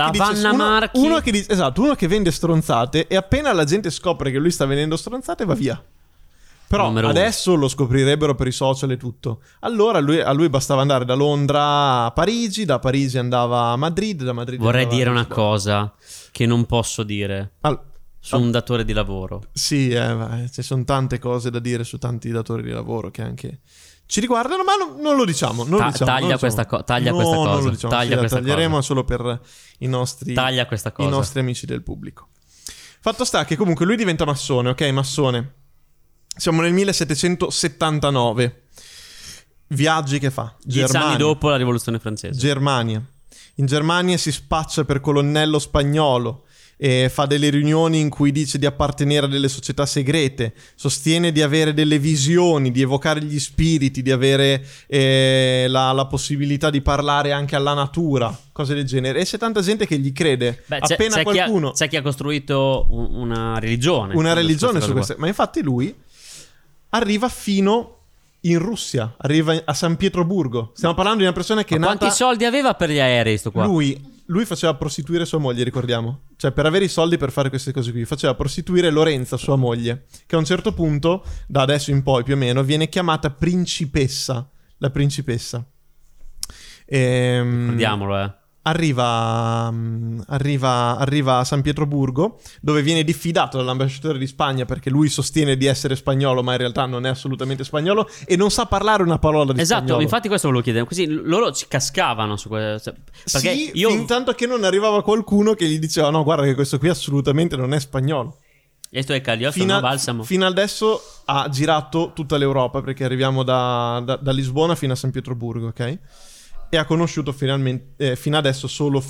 che vende stronzate, e appena la gente scopre che lui sta vendendo stronzate va via. Però adesso lo scoprirebbero per i social e tutto. Allora a lui bastava andare da Londra a Parigi, da Parigi andava a Madrid, da Madrid vorrei dire una cosa che non posso dire su un datore di lavoro. Sì, ci sono tante cose da dire su tanti datori di lavoro che anche ci riguardano, ma non lo diciamo. Taglia questa cosa. Non lo diciamo. Taglieremo solo per i nostri amici del pubblico. Fatto sta che comunque lui diventa massone, ok? Massone. Siamo nel 1779. Viaggi che fa. 10 anni dopo la rivoluzione francese. Germania. In Germania si spaccia per colonnello spagnolo. fa delle riunioni in cui dice di appartenere a delle società segrete, sostiene di avere delle visioni, di evocare gli spiriti, di avere la possibilità di parlare anche alla natura, cose del genere, e c'è tanta gente che gli crede. C'è chi ha costruito una religione su queste, ma infatti lui arriva fino in Russia, arriva a San Pietroburgo. Stiamo parlando di una persona che è nata... Quanti soldi aveva per gli aerei sto qua? Lui faceva prostituire sua moglie, ricordiamo. Cioè, per avere i soldi per fare queste cose qui, faceva prostituire Lorenza, sua moglie, che a un certo punto, da adesso in poi più o meno, viene chiamata principessa. La principessa. Ricordiamolo, Arriva a San Pietroburgo, dove viene diffidato dall'ambasciatore di Spagna perché lui sostiene di essere spagnolo, ma in realtà non è assolutamente spagnolo e non sa parlare una parola di spagnolo. Esatto, infatti questo volevo chiedere. Così loro ci cascavano su questo. Perché sì, intanto che non arrivava qualcuno che gli diceva no, guarda che questo qui assolutamente non è spagnolo. E sto è Cagliostro, no? Balsamo. Fino adesso ha girato tutta l'Europa, perché arriviamo da Lisbona fino a San Pietroburgo, ok? E ha conosciuto finalmente fino adesso solo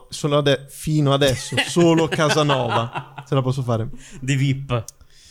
Casanova. Se la posso fare. Di VIP.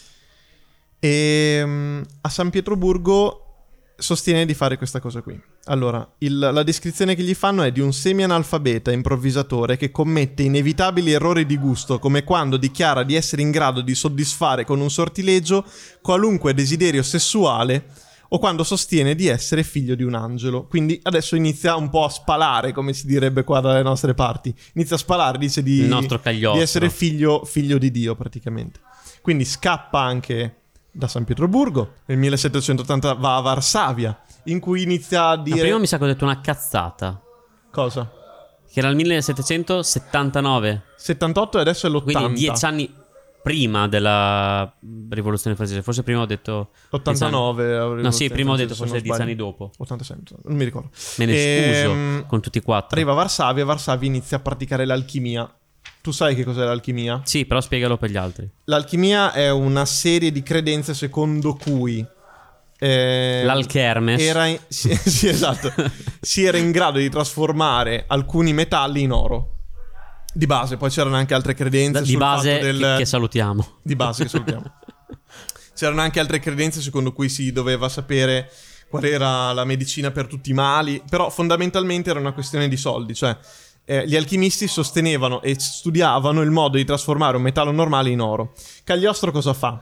E a San Pietroburgo sostiene di fare questa cosa qui. Allora, la descrizione che gli fanno è di un semi-analfabeta improvvisatore che commette inevitabili errori di gusto, come quando dichiara di essere in grado di soddisfare con un sortileggio qualunque desiderio sessuale, o quando sostiene di essere figlio di un angelo. Quindi adesso inizia un po' a spalare, come si direbbe qua dalle nostre parti. Inizia a spalare, dice di essere figlio di Dio praticamente. Quindi scappa anche da San Pietroburgo. Nel 1780 va a Varsavia, in cui inizia a dire... Prima mi sa che ho detto una cazzata. Cosa? Che era il 1779. 78 e adesso è l'80. Quindi 10 anni... prima della rivoluzione francese, forse prima ho detto 89. No, sì, prima ho detto forse 10 anni dopo. 86, non mi ricordo. Me ne scuso con tutti e quattro. Arriva a Varsavia inizia a praticare l'alchimia. Tu sai che cos'è l'alchimia? Sì, però spiegalo per gli altri. L'alchimia è una serie di credenze secondo cui l'Alchermes sì, esatto. Si era in grado di trasformare alcuni metalli in oro. Di base, poi c'erano anche altre credenze di base che salutiamo. Di base che salutiamo. C'erano anche altre credenze secondo cui si doveva sapere qual era la medicina per tutti i mali, però fondamentalmente era una questione di soldi, cioè gli alchimisti sostenevano e studiavano il modo di trasformare un metallo normale in oro. Cagliostro cosa fa?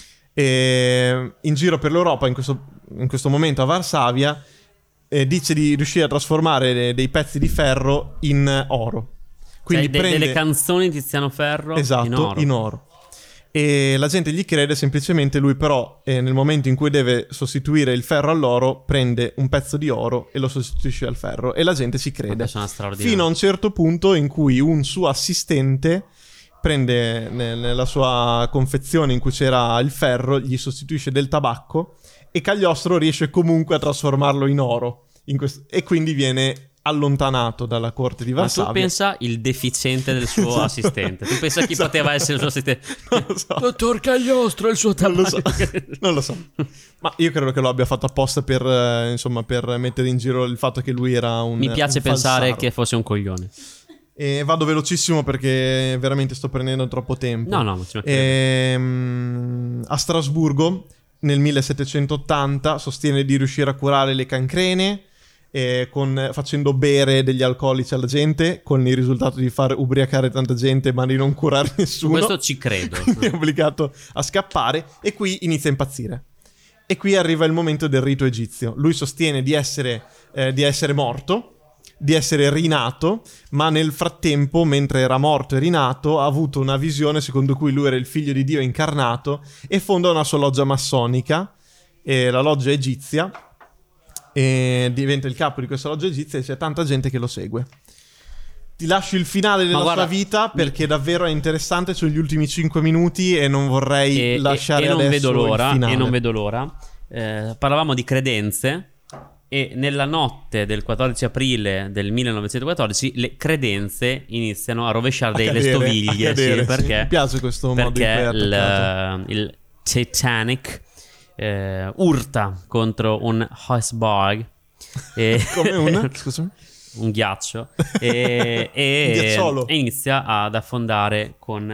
In giro per l'Europa, in questo momento a Varsavia, dice di riuscire a trasformare dei pezzi di ferro in oro. Quindi prende delle canzoni di Tiziano Ferro, esatto, in oro. E la gente gli crede, semplicemente lui però nel momento in cui deve sostituire il ferro all'oro prende un pezzo di oro e lo sostituisce al ferro e la gente ci crede fino a un certo punto in cui un suo assistente prende nella sua confezione in cui c'era il ferro, gli sostituisce del tabacco e Cagliostro riesce comunque a trasformarlo in oro e quindi viene allontanato dalla corte di Varsavia. Ma tu pensa il deficiente del suo assistente. Tu pensa chi poteva essere il suo assistente? Non lo so. Dottor Cagliostro, il suo tabacco. Non lo so. Ma io credo che lo abbia fatto apposta per mettere in giro il fatto che lui era un... Mi piace pensare che fosse un coglione. E vado velocissimo perché veramente sto prendendo troppo tempo. No, a Strasburgo nel 1780 sostiene di riuscire a curare le cancrene facendo bere degli alcolici alla gente, con il risultato di far ubriacare tanta gente ma di non curare nessuno. Questo ci credo. Quindi è obbligato a scappare e qui inizia a impazzire. E qui arriva il momento del rito egizio. Lui sostiene di essere morto, di essere rinato, ma nel frattempo, mentre era morto e rinato, ha avuto una visione secondo cui lui era il figlio di Dio incarnato e fonda una sua loggia massonica, la loggia egizia, e diventa il capo di questa loggia egizia e c'è tanta gente che lo segue. Ti lascio il finale della sua vita perché davvero è interessante, sono gli ultimi 5 minuti e non vorrei lasciare adesso il finale. E non vedo l'ora. Parlavamo di credenze e nella notte del 14 aprile del 1914 le credenze iniziano a rovesciare le stoviglie. Perché mi piace questo modo di il Titanic urta contro un iceberg come un scusami? un ghiaccio e inizia ad affondare con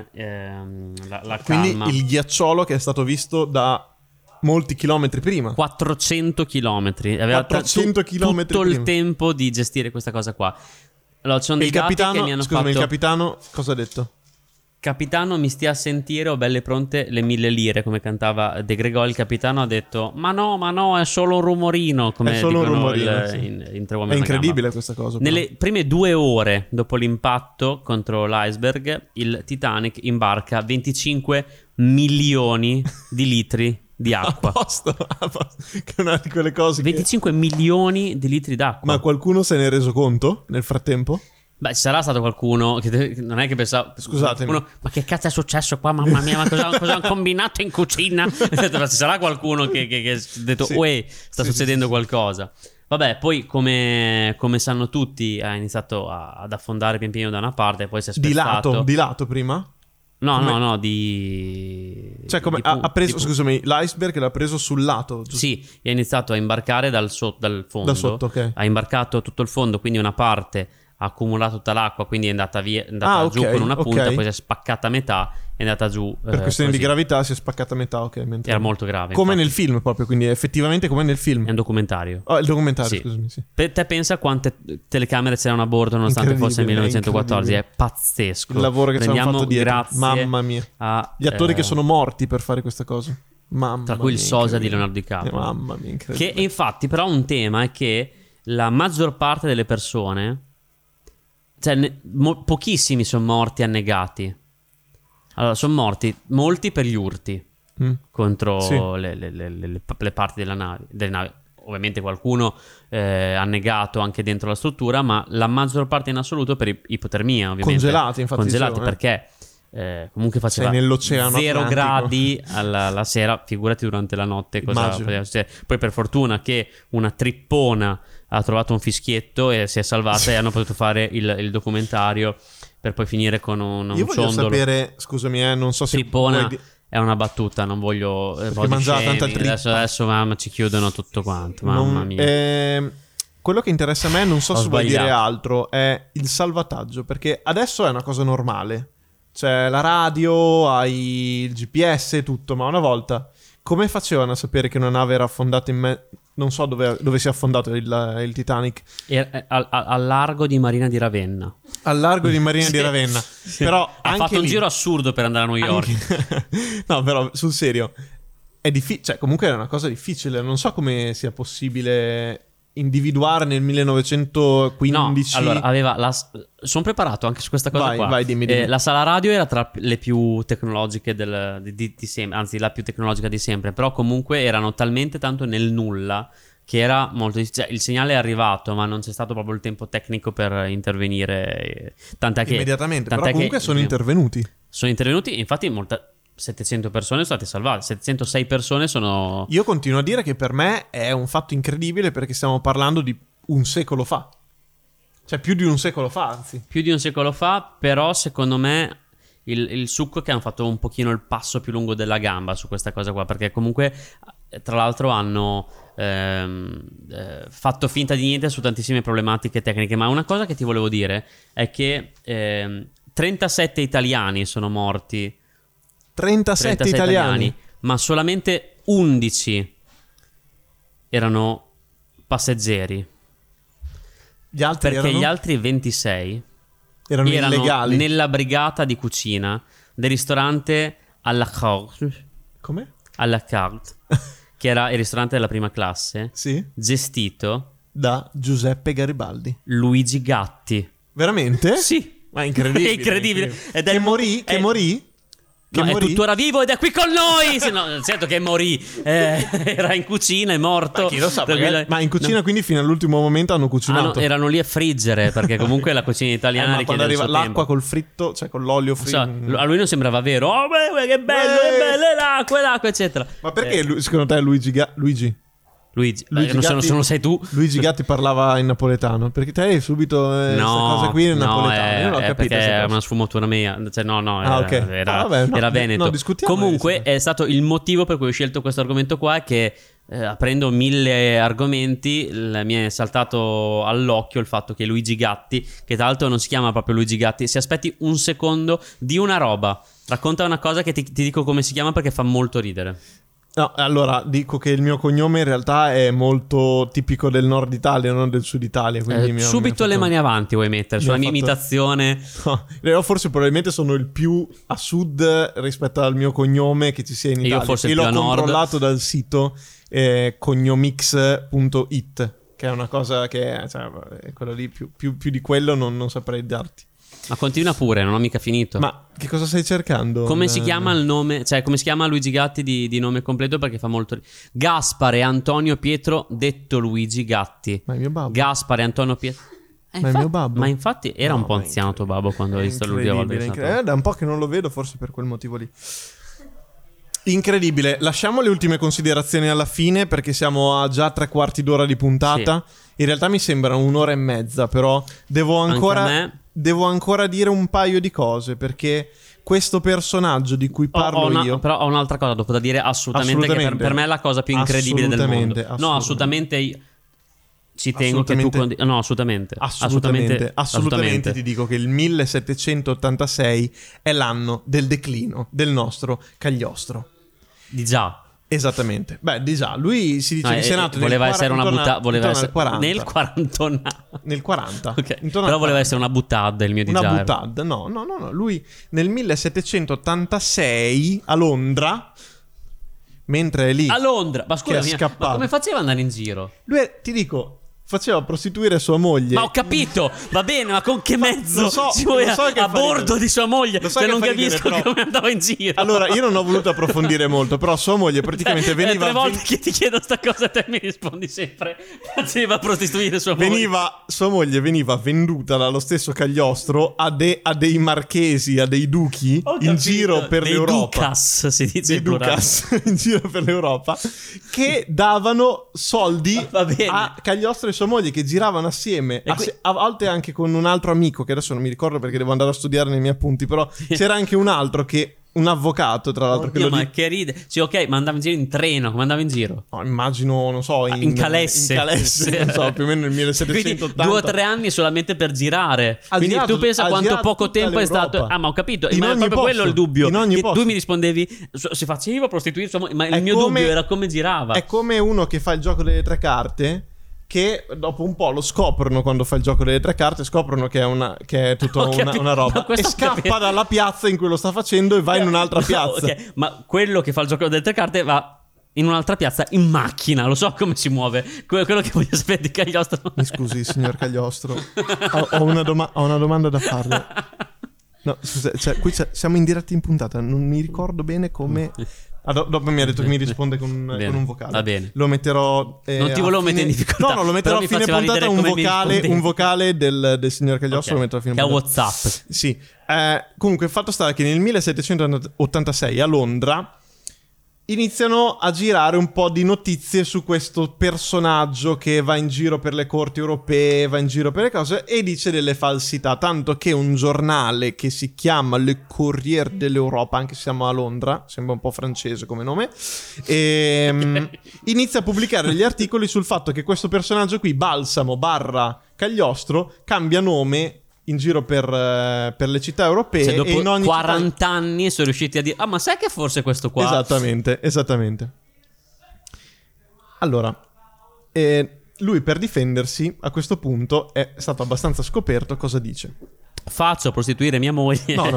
la quindi calma. Il ghiacciolo che è stato visto da molti chilometri prima. 400 chilometri. Aveva 400 chilometri tutto prima. il tempo di gestire questa cosa qua. Allora, ci sono dei dati che mi hanno fatto... il capitano cosa ha detto? Capitano, mi stia a sentire, ho belle pronte le 1000 lire, come cantava De Gregori. Il capitano ha detto ma no, è solo un rumorino, come è solo dicono un rumorino, in Tre uomini. È incredibile questa cosa. Nelle prime 2 ore dopo l'impatto contro l'iceberg, il Titanic imbarca 25 milioni di litri di acqua. A posto. Che è una di quelle cose 25 milioni di litri d'acqua. Ma qualcuno se ne è reso conto nel frattempo? Beh, ci sarà stato qualcuno che non è che pensava... Scusatemi. Ma che cazzo è successo qua? Mamma mia, ma cosa hanno combinato in cucina? Ci sarà qualcuno che ha detto sta succedendo qualcosa. Vabbè, poi come sanno tutti, ha iniziato ad affondare pian piano da una parte e poi si è spezzato. Di lato prima? No, di... Cioè come ha preso, scusami, l'iceberg l'ha preso sul lato, giusto? Sì, e ha iniziato a imbarcare dal fondo. Da sotto, ok. Ha imbarcato tutto il fondo, quindi una parte ha accumulato tutta l'acqua, quindi è andata via, giù con una punta, poi si è spaccata a metà, è andata giù. Per questione di gravità si è spaccata a metà, ok. Era molto grave. Come infatti. nel film proprio, quindi effettivamente come nel film. È un documentario. Oh, il documentario, sì. scusami, sì. Te pensa quante telecamere c'erano a bordo nonostante fosse il 1914, è pazzesco. Il lavoro che ci hanno fatto dietro. Grazie. Mamma mia. Gli attori che sono morti per fare questa cosa. Mamma tra cui mia, il sosia di Leonardo DiCaprio. Mamma mia, incredibile. Che infatti però un tema è che la maggior parte delle persone, cioè pochissimi sono morti annegati. Allora sono morti molti per gli urti contro le parti delle navi. Ovviamente qualcuno annegato anche dentro la struttura, ma la maggior parte in assoluto per ipotermia, ovviamente. Congelati, infatti. Congelati perché comunque faceva 0 gradi alla sera, figurati durante la notte cosa poteva succedere. Poi per fortuna che una trippona ha trovato un fischietto e si è salvata e hanno potuto fare il documentario per poi finire con un Io voglio ciondolo. Sapere, scusami, non so se trippona è una battuta, non voglio mangiare tanta trippa. Adesso mamma ci chiudono tutto quanto, mamma mia. Quello che interessa a me, non so se vuoi dire altro, è il salvataggio, perché adesso è una cosa normale. Cioè la radio, hai il GPS e tutto, ma una volta come facevano a sapere che una nave era affondata non so dove si è affondato il Titanic? Al largo di Marina di Ravenna. Al largo di Marina di Ravenna. Sì. Però ha anche fatto un giro assurdo per andare a New York. No, però sul serio è difficile, cioè comunque è una cosa difficile, non so come sia possibile individuare nel 1915. No, allora sono preparato anche su questa cosa qua. Vai, dimmi. La sala radio era tra le più tecnologiche di sempre, anzi la più tecnologica di sempre, però comunque erano talmente tanto nel nulla che era molto, cioè, il segnale è arrivato, ma non c'è stato proprio il tempo tecnico per intervenire, tant'è che immediatamente, però comunque sono intervenuti, infatti 700 persone sono state salvate, 706 persone sono... Io continuo a dire che per me è un fatto incredibile, perché stiamo parlando di un secolo fa. Cioè più di un secolo fa, anzi. Più di un secolo fa, però secondo me il succo è che hanno fatto un pochino il passo più lungo della gamba su questa cosa qua, perché comunque tra l'altro hanno fatto finta di niente su tantissime problematiche tecniche. Ma una cosa che ti volevo dire è che 37 italiani sono morti. 37 italiani, ma solamente 11 erano passeggeri. Gli altri perché gli altri 26 erano illegali nella brigata di cucina del ristorante à la carte. Come? À la carte, che era il ristorante della prima classe, sì, gestito da Giuseppe Garibaldi. Luigi Gatti. Veramente? Sì. Ma incredibile. È incredibile. Che morì? No, è tuttora vivo ed è qui con noi. No, certo che morì. Era in cucina, è morto. Ma chi lo sa? Ma in cucina, quindi fino all'ultimo momento hanno cucinato. Erano lì a friggere, perché comunque la cucina italiana ma quando arriva l'acqua col fritto, cioè con l'olio fritto. A lui non sembrava vero. Oh, beh, che bello, l'acqua, eccetera. Ma perché secondo te Luigi non sei tu. Luigi Gatti parlava in napoletano, perché te hai subito questa cosa qui in napoletano. Io non ho capito, perché è una sfumatura mia, cioè era veneto. No, comunque è stato il motivo per cui ho scelto questo argomento qua, è che aprendo 1000 argomenti, mi è saltato all'occhio il fatto che Luigi Gatti, che tra l'altro non si chiama proprio Luigi Gatti, se aspetti un secondo di una roba, racconta una cosa che ti dico come si chiama perché fa molto ridere. No, allora dico che il mio cognome in realtà è molto tipico del nord Italia, non del sud Italia. Quindi subito le mani avanti vuoi mettere sulla mia imitazione? No, forse probabilmente sono il più a sud rispetto al mio cognome che ci sia in Italia. Io forse l'ho controllato dal sito cognomix.it, che è una cosa che cioè, quello lì più di quello non saprei darti. Ma continua pure, non ho mica finito. Ma che cosa stai cercando? Come si chiama il nome? Cioè, come si chiama Luigi Gatti di nome completo? Perché fa molto. Gaspare Antonio Pietro, detto Luigi Gatti. Ma è mio babbo. Gaspare Antonio Pietro. Ma è mio babbo. Ma infatti era un po' anziano tuo babbo quando ho visto l'ultima volta. Da un po' che non lo vedo, forse per quel motivo lì. Incredibile. Lasciamo le ultime considerazioni alla fine perché siamo a già 3/4 d'ora di puntata. Sì. In realtà mi sembra 1 ora e mezza, però devo ancora dire un paio di cose perché questo personaggio di cui parlo io... Però ho un'altra cosa dopo da dire assolutamente. Che per me è la cosa più incredibile del mondo. No, assolutamente... Ci tengo che tu no, assolutamente ti dico che il 1786 è l'anno del declino del nostro Cagliostro. Di già. Esattamente. Beh, di già. Lui si dice che è nato voleva essere una buttata, voleva essere nel 40. Nel 40. Okay. Però voleva essere una buttata il mio di Una buttata. No. Lui nel 1786 a Londra, mentre è lì a Londra, ma scusa, ma come faceva ad andare in giro? Lui ti dico faceva prostituire sua moglie. Ma ho capito, va bene, ma con che mezzo si muove a bordo di sua moglie? Cioè non capisco come andava in giro. Allora, io non ho voluto approfondire molto, però sua moglie praticamente veniva... 3 volte che ti chiedo sta cosa te mi rispondi sempre faceva prostituire sua moglie. Sua moglie veniva venduta dallo stesso Cagliostro a dei marchesi, a dei duchi in giro per l'Europa. Ducas, si dice dei Ducas in giro per l'Europa che davano soldi a Cagliostro e sua moglie che giravano assieme a volte anche con un altro amico che adesso non mi ricordo perché devo andare a studiare nei miei appunti, però c'era anche un altro un avvocato tra l'altro. Oddio, ma che ride. Sì, ok, ma andava in giro in treno, come andava in giro? No, immagino, non so, in calesse. Non so, più o meno nel 1780. Quindi 2 o 3 anni solamente per girare. Quindi tu pensa quanto poco tempo è stato. Ah, ma ho capito, ma è proprio quello il dubbio. Che tu mi rispondevi si faceva prostituire, ma il mio dubbio era come girava. È come uno che fa il gioco delle 3 carte, che dopo un po' lo scoprono quando fa il gioco delle 3 carte, scoprono che è tutta una roba e scappa dalla piazza in cui lo sta facendo e va in un'altra piazza. Ok, ma quello che fa il gioco delle 3 carte va in un'altra piazza in macchina, lo so come si muove. Quello che voglio sapere di Cagliostro. Mi scusi, signor Cagliostro, ho una domanda da farle. No, scusa, qui siamo in diretta in puntata, non mi ricordo bene come... dopo mi ha detto che mi risponde con un vocale. Va bene. Lo metterò. Non ti volevo mettere in difficoltà. No, lo metterò a fine puntata. Un vocale del signor Cagliostro. Lo metterò a fine puntata. Che è WhatsApp. Sì. Comunque, il fatto sta che nel 1786 a Londra iniziano a girare un po' di notizie su questo personaggio che va in giro per le corti europee, va in giro per le cose e dice delle falsità, tanto che un giornale che si chiama Le Corriere dell'Europa, anche se siamo a Londra, sembra un po' francese come nome, inizia a pubblicare degli articoli sul fatto che questo personaggio qui, Balsamo / Cagliostro, cambia nome in giro per le città europee, cioè, dopo e in ogni 40 anni sono riusciti a dire ma sai che forse questo qua esattamente. Allora lui per difendersi a questo punto è stato abbastanza scoperto. Cosa dice? Faccio prostituire mia moglie. No.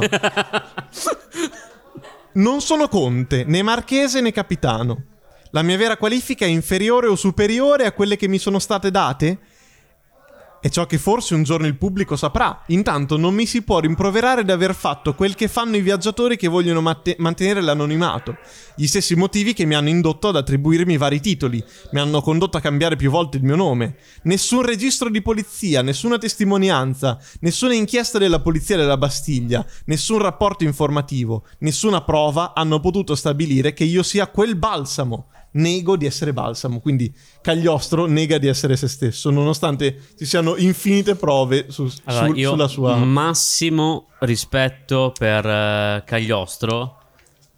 Non sono conte, né marchese né capitano. La mia vera qualifica è inferiore o superiore a quelle che mi sono state date? È ciò che forse un giorno il pubblico saprà. Intanto non mi si può rimproverare di aver fatto quel che fanno i viaggiatori che vogliono mantenere l'anonimato. Gli stessi motivi che mi hanno indotto ad attribuirmi vari titoli, mi hanno condotto a cambiare più volte il mio nome. Nessun registro di polizia, nessuna testimonianza, nessuna inchiesta della polizia della Bastiglia, nessun rapporto informativo, nessuna prova hanno potuto stabilire che io sia quel Balsamo. Nego di essere Balsamo, quindi Cagliostro nega di essere se stesso, nonostante ci siano infinite prove sulla sua... Massimo rispetto per Cagliostro,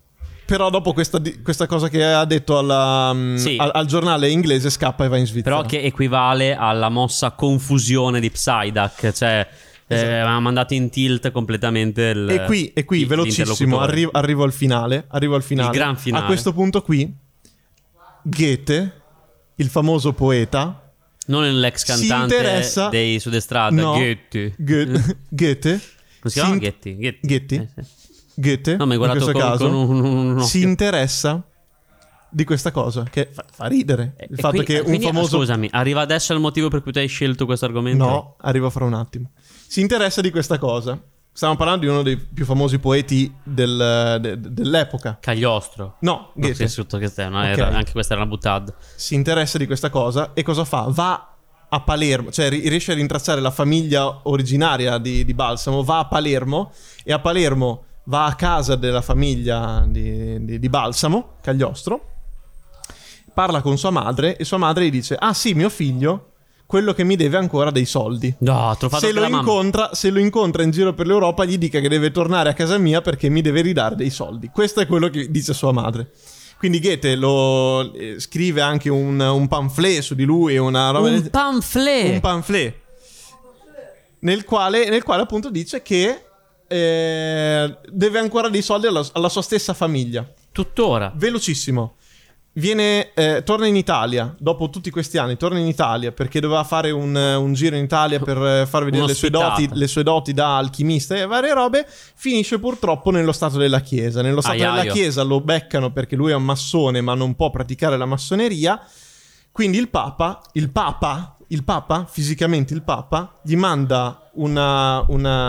Però dopo questa cosa che ha detto al giornale inglese scappa e va in Svizzera. Però che equivale alla mossa confusione di Psyduck, cioè ha mandato in tilt completamente e qui velocissimo arrivo al finale. Il gran finale. A questo punto qui Goethe, il famoso poeta, non l'ex cantante dei Sudestrada, no, Goethe come si chiama? Goethe. Goethe, no, in questo caso con si interessa di questa cosa che fa ridere. Il fatto che un famoso... Scusami, arriva adesso il motivo per cui tu hai scelto questo argomento? No, arriva fra un attimo. Si interessa di questa cosa. Stiamo parlando di uno dei più famosi poeti dell'epoca. Cagliostro. No, Goethe. Anche questa era una buttata. Si interessa di questa cosa e cosa fa? Va a Palermo, cioè riesce a rintracciare la famiglia originaria di Balsamo, va a Palermo e a Palermo va a casa della famiglia di Balsamo, Cagliostro, parla con sua madre e sua madre gli dice: ah sì, mio figlio, quello che mi deve ancora dei soldi. No, se lo incontra in giro per l'Europa gli dica che deve tornare a casa mia perché mi deve ridare dei soldi. Questo è quello che dice sua madre. Quindi Goethe lo scrive anche un pamphlet su di lui, una roba un pamphlet nel quale appunto dice che deve ancora dei soldi alla sua stessa famiglia. Tuttora. Velocissimo. Torna in Italia dopo tutti questi anni. Torna in Italia perché doveva fare un giro in Italia per far vedere le sue doti da alchimista e varie robe. Finisce purtroppo nello stato della Chiesa. Nello stato della Chiesa lo beccano perché lui è un massone ma non può praticare la massoneria. Quindi il Papa, fisicamente il Papa, gli manda una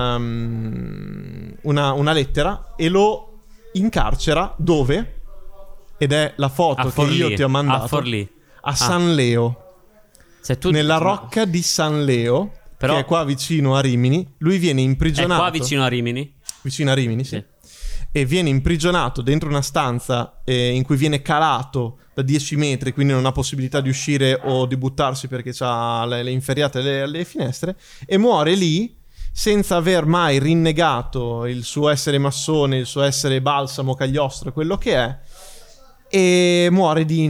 lettera e lo incarcera dove? Ed è la foto che io ti ho mandato a San Leo, nella rocca di San Leo, che è qua vicino a Rimini. Lui viene imprigionato. È qua vicino a Rimini? Vicino a Rimini, sì. E viene imprigionato dentro una stanza in cui viene calato da 10 metri, quindi non ha possibilità di uscire o di buttarsi perché ha le inferriate alle finestre, e muore lì senza aver mai rinnegato il suo essere massone, il suo essere Balsamo, Cagliostro, quello che è. E muore di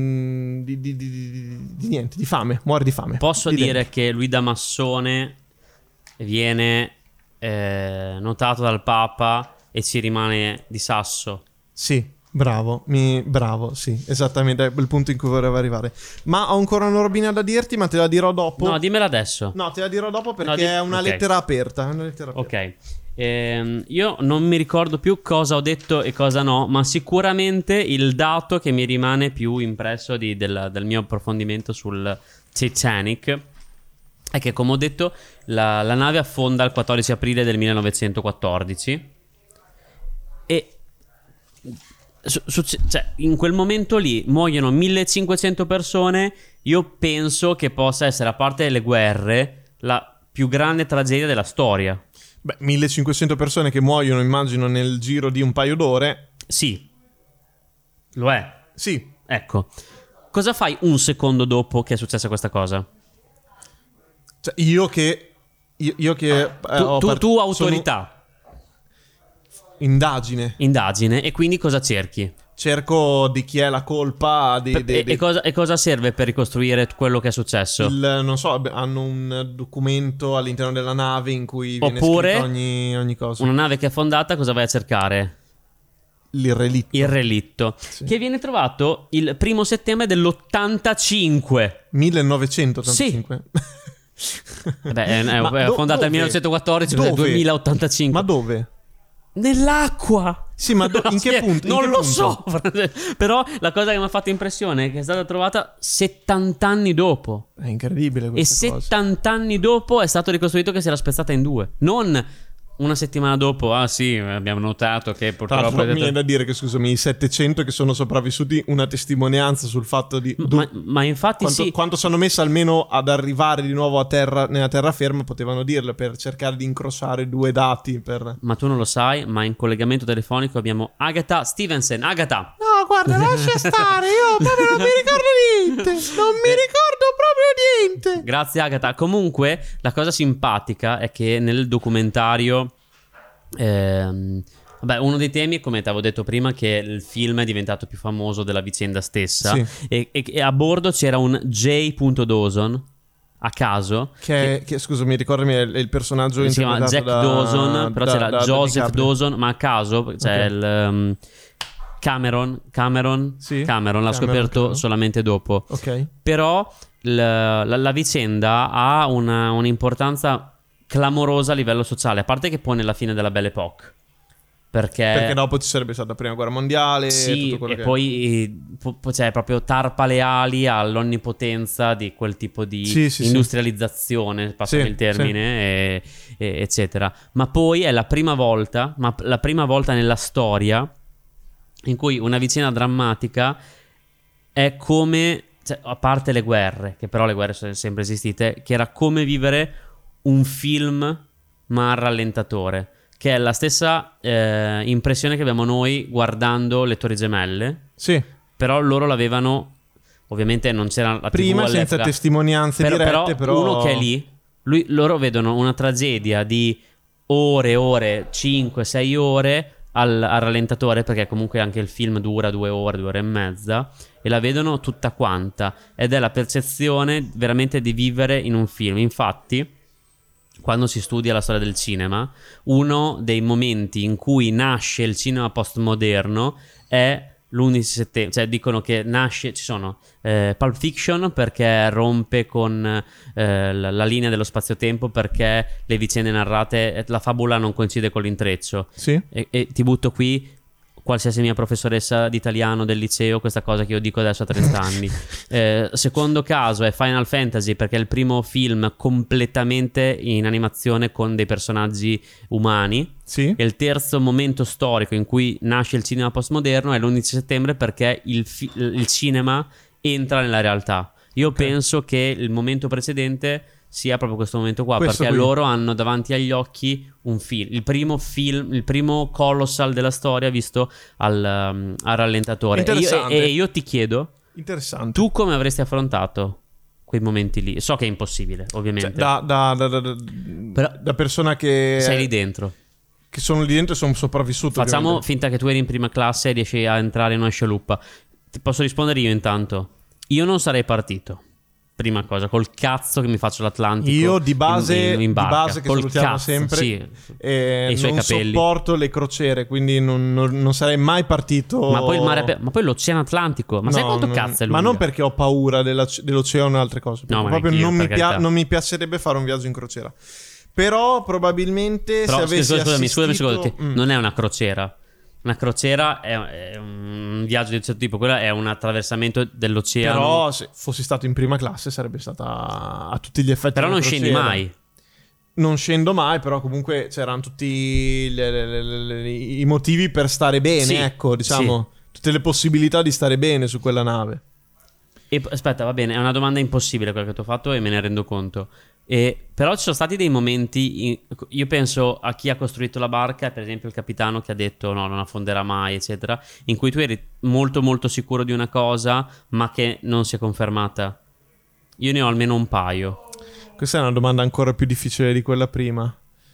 niente, di fame. Muore di fame. Posso dire che lui da massone viene notato dal Papa e ci rimane di sasso. Sì, bravo, sì, esattamente, è il punto in cui volevo arrivare. Ma ho ancora una robina da dirti, ma te la dirò dopo. No, dimmela adesso. No, te la dirò dopo perché è una lettera aperta. Ok. Io non mi ricordo più cosa ho detto e cosa no, ma sicuramente il dato che mi rimane più impresso del mio approfondimento sul Titanic è che, come ho detto, la nave affonda il 14 aprile del 1914 e cioè, in quel momento lì muoiono 1500 persone. Io penso che possa essere, a parte le guerre, la più grande tragedia della storia. Beh, 1500 persone che muoiono, immagino, nel giro di un paio d'ore. Sì, lo è. Sì. Ecco, cosa fai un secondo dopo che è successa questa cosa? Cioè, io che tu autorità. Indagine. E quindi cosa cerchi? Cerco di chi è la colpa E cosa serve per ricostruire quello che è successo? Non so, hanno un documento all'interno della nave in cui viene scritto ogni cosa. Una nave che è affondata, cosa vai a cercare? Il relitto, sì. Che viene trovato il 1° settembre dell'85. 1985? Sì. Beh, è affondata nel 1914, nel 2085. Ma dove? Nell'acqua. Sì, ma in che punto? Non lo so. Però la cosa che mi ha fatto impressione è che è stata trovata 70 anni dopo. È incredibile questa cosa. E 70 anni dopo è stato ricostruito che si era spezzata in due. Non una settimana dopo, sì, abbiamo notato che purtroppo... mi viene da dire che, scusami, i 700 che sono sopravvissuti, una testimonianza sul fatto di... Ma infatti quanto sono messe almeno ad arrivare di nuovo a terra, nella terraferma, potevano dirlo per cercare di incrociare due dati per... Ma tu non lo sai, ma in collegamento telefonico abbiamo Agatha Stevenson. Agatha! No, guarda, lascia stare, io proprio non mi ricordo niente. Non mi ricordo proprio niente. Grazie, Agatha. Comunque, la cosa simpatica è che nel documentario Vabbè, uno dei temi, come ti avevo detto prima, che il film è diventato più famoso della vicenda stessa. Sì. E a bordo c'era un J. Dawson, a caso. Che scusami, ricordami, è il personaggio si chiama Jack Dawson, però c'era Joseph Dawson, ma a caso c'è il... Cameron l'ha scoperto solamente dopo. Ok. Però la vicenda ha un'importanza clamorosa a livello sociale, a parte che pone la fine della Belle Époque. Perché dopo ci sarebbe stata la prima guerra mondiale. Sì, tutto quello che... poi c'è proprio tarpa le ali all'onnipotenza di quel tipo di industrializzazione, passami il termine, eccetera. Ma poi è la prima volta nella storia in cui una vicenda drammatica è come, cioè, a parte le guerre, che però le guerre sono sempre esistite, che era come vivere un film ma al rallentatore, che è la stessa impressione che abbiamo noi guardando Le Torri Gemelle. Sì. Però loro l'avevano, ovviamente non c'era la prima TV senza testimonianze dirette, però uno che è lì, loro vedono una tragedia di ore, 5-6 ore al rallentatore, perché comunque anche il film dura 2 ore e mezza, e la vedono tutta quanta, ed è la percezione veramente di vivere in un film. Infatti, quando si studia la storia del cinema, uno dei momenti in cui nasce il cinema postmoderno è l'11 settembre, cioè dicono che nasce, ci sono Pulp Fiction perché rompe con la linea dello spazio-tempo, perché le vicende narrate, la fabula non coincide con l'intreccio. Sì. E ti butto qui qualsiasi mia professoressa di italiano del liceo, questa cosa che io dico adesso a 30 anni. Secondo caso è Final Fantasy, perché è il primo film completamente in animazione con dei personaggi umani. Sì. E il terzo momento storico in cui nasce il cinema postmoderno è l'11 settembre, perché il cinema entra nella realtà. Io penso che il momento precedente sia proprio questo momento qua, perché loro hanno davanti agli occhi un film, il primo colossal della storia visto al rallentatore. E io ti chiedo, interessante, tu come avresti affrontato quei momenti lì? So che è impossibile, ovviamente, cioè, da persona che sei lì dentro, che sono lì dentro e sono sopravvissuto. Facciamo ovviamente. Finta che tu eri in prima classe e riesci a entrare in una scialuppa. Ti posso rispondere io intanto? Io non sarei partito. Prima cosa, col cazzo che mi faccio l'Atlantico. Io di base, in barca, di base che col salutiamo cazzo, sempre, sì. E i suoi non capelli. sopporto le crociere, quindi non sarei mai partito. Ma poi il mare, ma poi l'Oceano Atlantico. Ma sai quanto cazzo è lunga? Ma non perché ho paura dell'oceano e altre cose. No, proprio non mi piacerebbe fare un viaggio in crociera. Però probabilmente se avessi scusami, non è una crociera. Una crociera è un viaggio di un certo tipo, quello è un attraversamento dell'oceano. Però se fossi stato in prima classe sarebbe stata a tutti gli effetti. Però non scendi mai. Non scendo mai, però comunque c'erano tutti i motivi per stare bene, sì, ecco, diciamo, sì. Tutte le possibilità di stare bene su quella nave. E aspetta, va bene, è una domanda impossibile quella che ti ho fatto e me ne rendo conto. Però ci sono stati dei momenti, io penso a chi ha costruito la barca, per esempio il capitano che ha detto no, non affonderà mai, eccetera, in cui tu eri molto molto sicuro di una cosa ma che non si è confermata. Io ne ho almeno un paio. Questa è una domanda ancora più difficile di quella prima,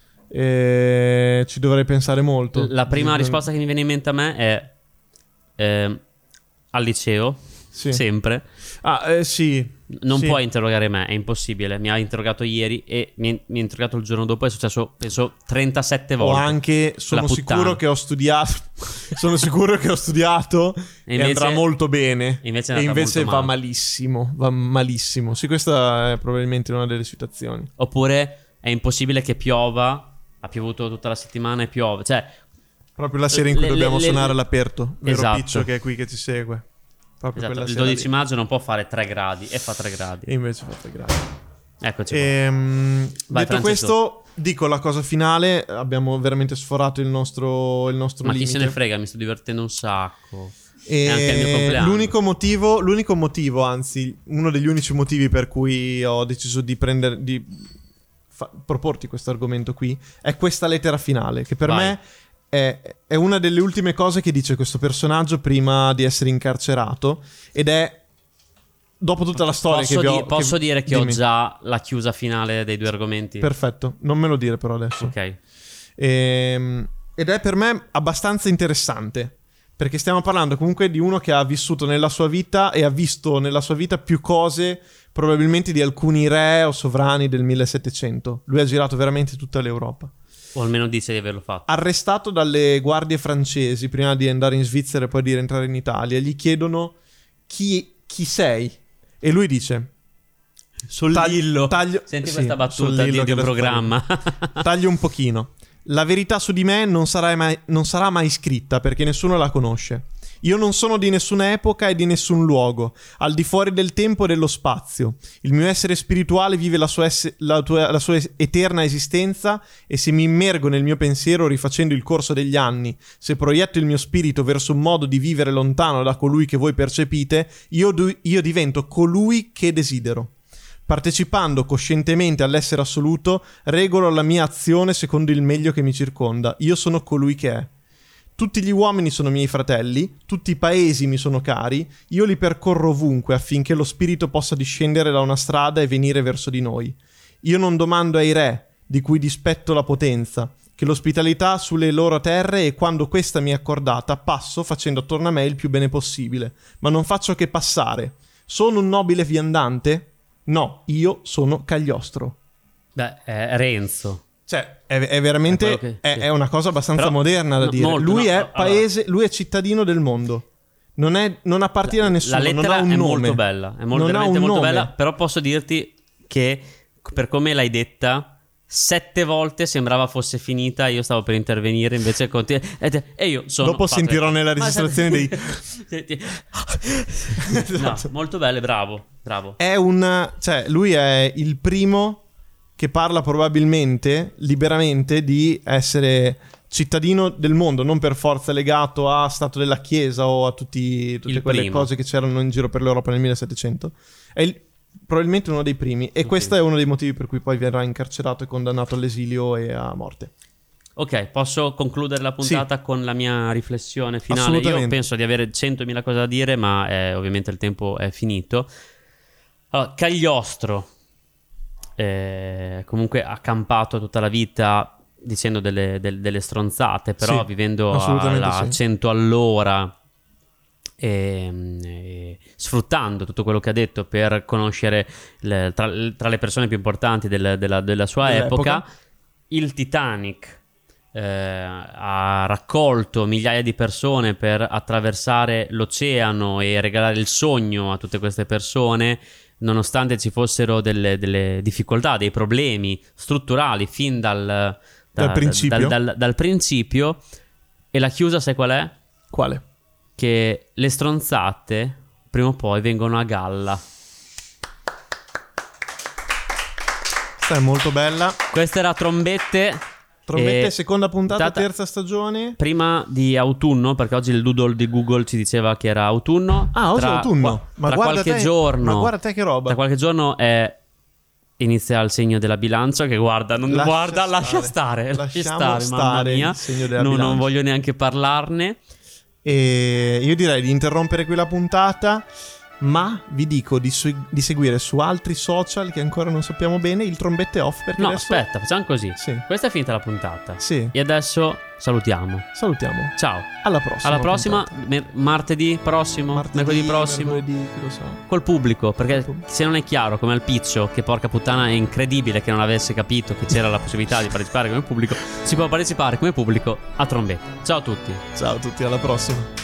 ci dovrei pensare molto. La prima risposta che mi viene in mente a me è al liceo, sì. Sempre. Sì. Non puoi interrogare me, è impossibile. Mi ha interrogato ieri e mi ha interrogato il giorno dopo. È successo, penso, 37 volte. O anche sono sicuro che ho studiato. Sono sicuro che ho studiato e andrà molto bene. E invece va malissimo. Va malissimo. Sì, questa è probabilmente una delle situazioni. Oppure è impossibile che piova. Ha piovuto tutta la settimana e piove. Cioè, proprio la sera in cui dobbiamo suonare all'aperto. Vero, esatto. Piccio che è qui che ci segue. Esatto. Il 12 maggio non può fare 3 gradi e fa 3 gradi. E invece fa 3 gradi. Eccoci. Vai, detto Francesco. Questo, dico la cosa finale. Abbiamo veramente sforato il nostro limite. Ma chi se ne frega, mi sto divertendo un sacco. È anche il mio compleanno. L'unico motivo, anzi, uno degli unici motivi per cui ho deciso di proporti questo argomento qui è questa lettera finale, che per me è una delle ultime cose che dice questo personaggio prima di essere incarcerato, ed è dopo tutta la storia posso dire che ho già la chiusa finale dei 2 argomenti. Perfetto, non me lo dire però adesso. Ok. ed è per me abbastanza interessante, perché stiamo parlando comunque di uno che ha vissuto nella sua vita e ha visto nella sua vita più cose probabilmente di alcuni re o sovrani del 1700. Lui ha girato veramente tutta l'Europa. O almeno dice di averlo fatto. Arrestato dalle guardie francesi prima di andare in Svizzera e poi di rientrare in Italia, gli chiedono chi sei, e lui dice: Sollillo. Senti questa battuta di un programma. Taglio un pochino. La verità su di me non sarà mai scritta, perché nessuno la conosce. Io non sono di nessuna epoca e di nessun luogo, al di fuori del tempo e dello spazio. Il mio essere spirituale vive la sua eterna esistenza, e se mi immergo nel mio pensiero rifacendo il corso degli anni, se proietto il mio spirito verso un modo di vivere lontano da colui che voi percepite, io divento colui che desidero. Partecipando coscientemente all'essere assoluto, regolo la mia azione secondo il meglio che mi circonda. Io sono colui che è. Tutti gli uomini sono miei fratelli, tutti i paesi mi sono cari, io li percorro ovunque affinché lo spirito possa discendere da una strada e venire verso di noi. Io non domando ai re, di cui dispetto la potenza, che l'ospitalità sulle loro terre, e quando questa mi è accordata passo facendo attorno a me il più bene possibile, ma non faccio che passare. Sono un nobile viandante? No, io sono Cagliostro. Beh, è Renzo. Cioè, è veramente è una cosa abbastanza moderna da dire. Lui è paese, lui è cittadino del mondo. Non appartiene a nessuno. La lettera non ha un è nome. molto bella. È veramente molto bella. Però posso dirti che, per come l'hai detta, 7 volte sembrava fosse finita. Io stavo per intervenire, invece e io sono. Dopo sentirò nella registrazione dei. No, molto belle, bravo. Cioè, lui è il primo che parla probabilmente liberamente di essere cittadino del mondo, non per forza legato a stato della Chiesa o a tutte quelle cose che c'erano in giro per l'Europa nel 1700. È probabilmente uno dei primi, e questo è uno dei motivi per cui poi verrà incarcerato e condannato all'esilio e a morte. Ok, posso concludere la puntata con la mia riflessione finale? Io penso di avere 100.000 cose da dire, ma ovviamente il tempo è finito. Allora, Cagliostro comunque ha campato tutta la vita dicendo delle stronzate, però vivendo a 100 all'ora e sfruttando tutto quello che ha detto per conoscere tra le persone più importanti della sua epoca. Il Titanic ha raccolto migliaia di persone per attraversare l'oceano e regalare il sogno a tutte queste persone, nonostante ci fossero delle difficoltà, dei problemi strutturali fin dal principio. E la chiusa sai qual è? Quale? Che le stronzate prima o poi vengono a galla. Questa è molto bella. Questa era Trombette, seconda puntata, terza stagione. Prima di autunno, perché oggi il doodle di Google ci diceva che era autunno. Ah, oggi è autunno. Ma guarda qualche giorno. Ma guarda te che roba. Tra qualche giorno inizia il segno della bilancia, che lascia stare, mamma mia. Il segno della bilancia. Non voglio neanche parlarne. E io direi di interrompere qui la puntata, ma vi dico di seguire su altri social che ancora non sappiamo bene il Trombette Off, perché aspetta, facciamo così. Questa è finita la puntata. E adesso salutiamo. Ciao. Alla prossima martedì prossimo, mercoledì prossimo, col pubblico, perché se non è chiaro, come al Piccio, che porca puttana è incredibile che non avesse capito che c'era la possibilità di partecipare come pubblico, si può partecipare come pubblico a Trombette. Ciao a tutti, alla prossima.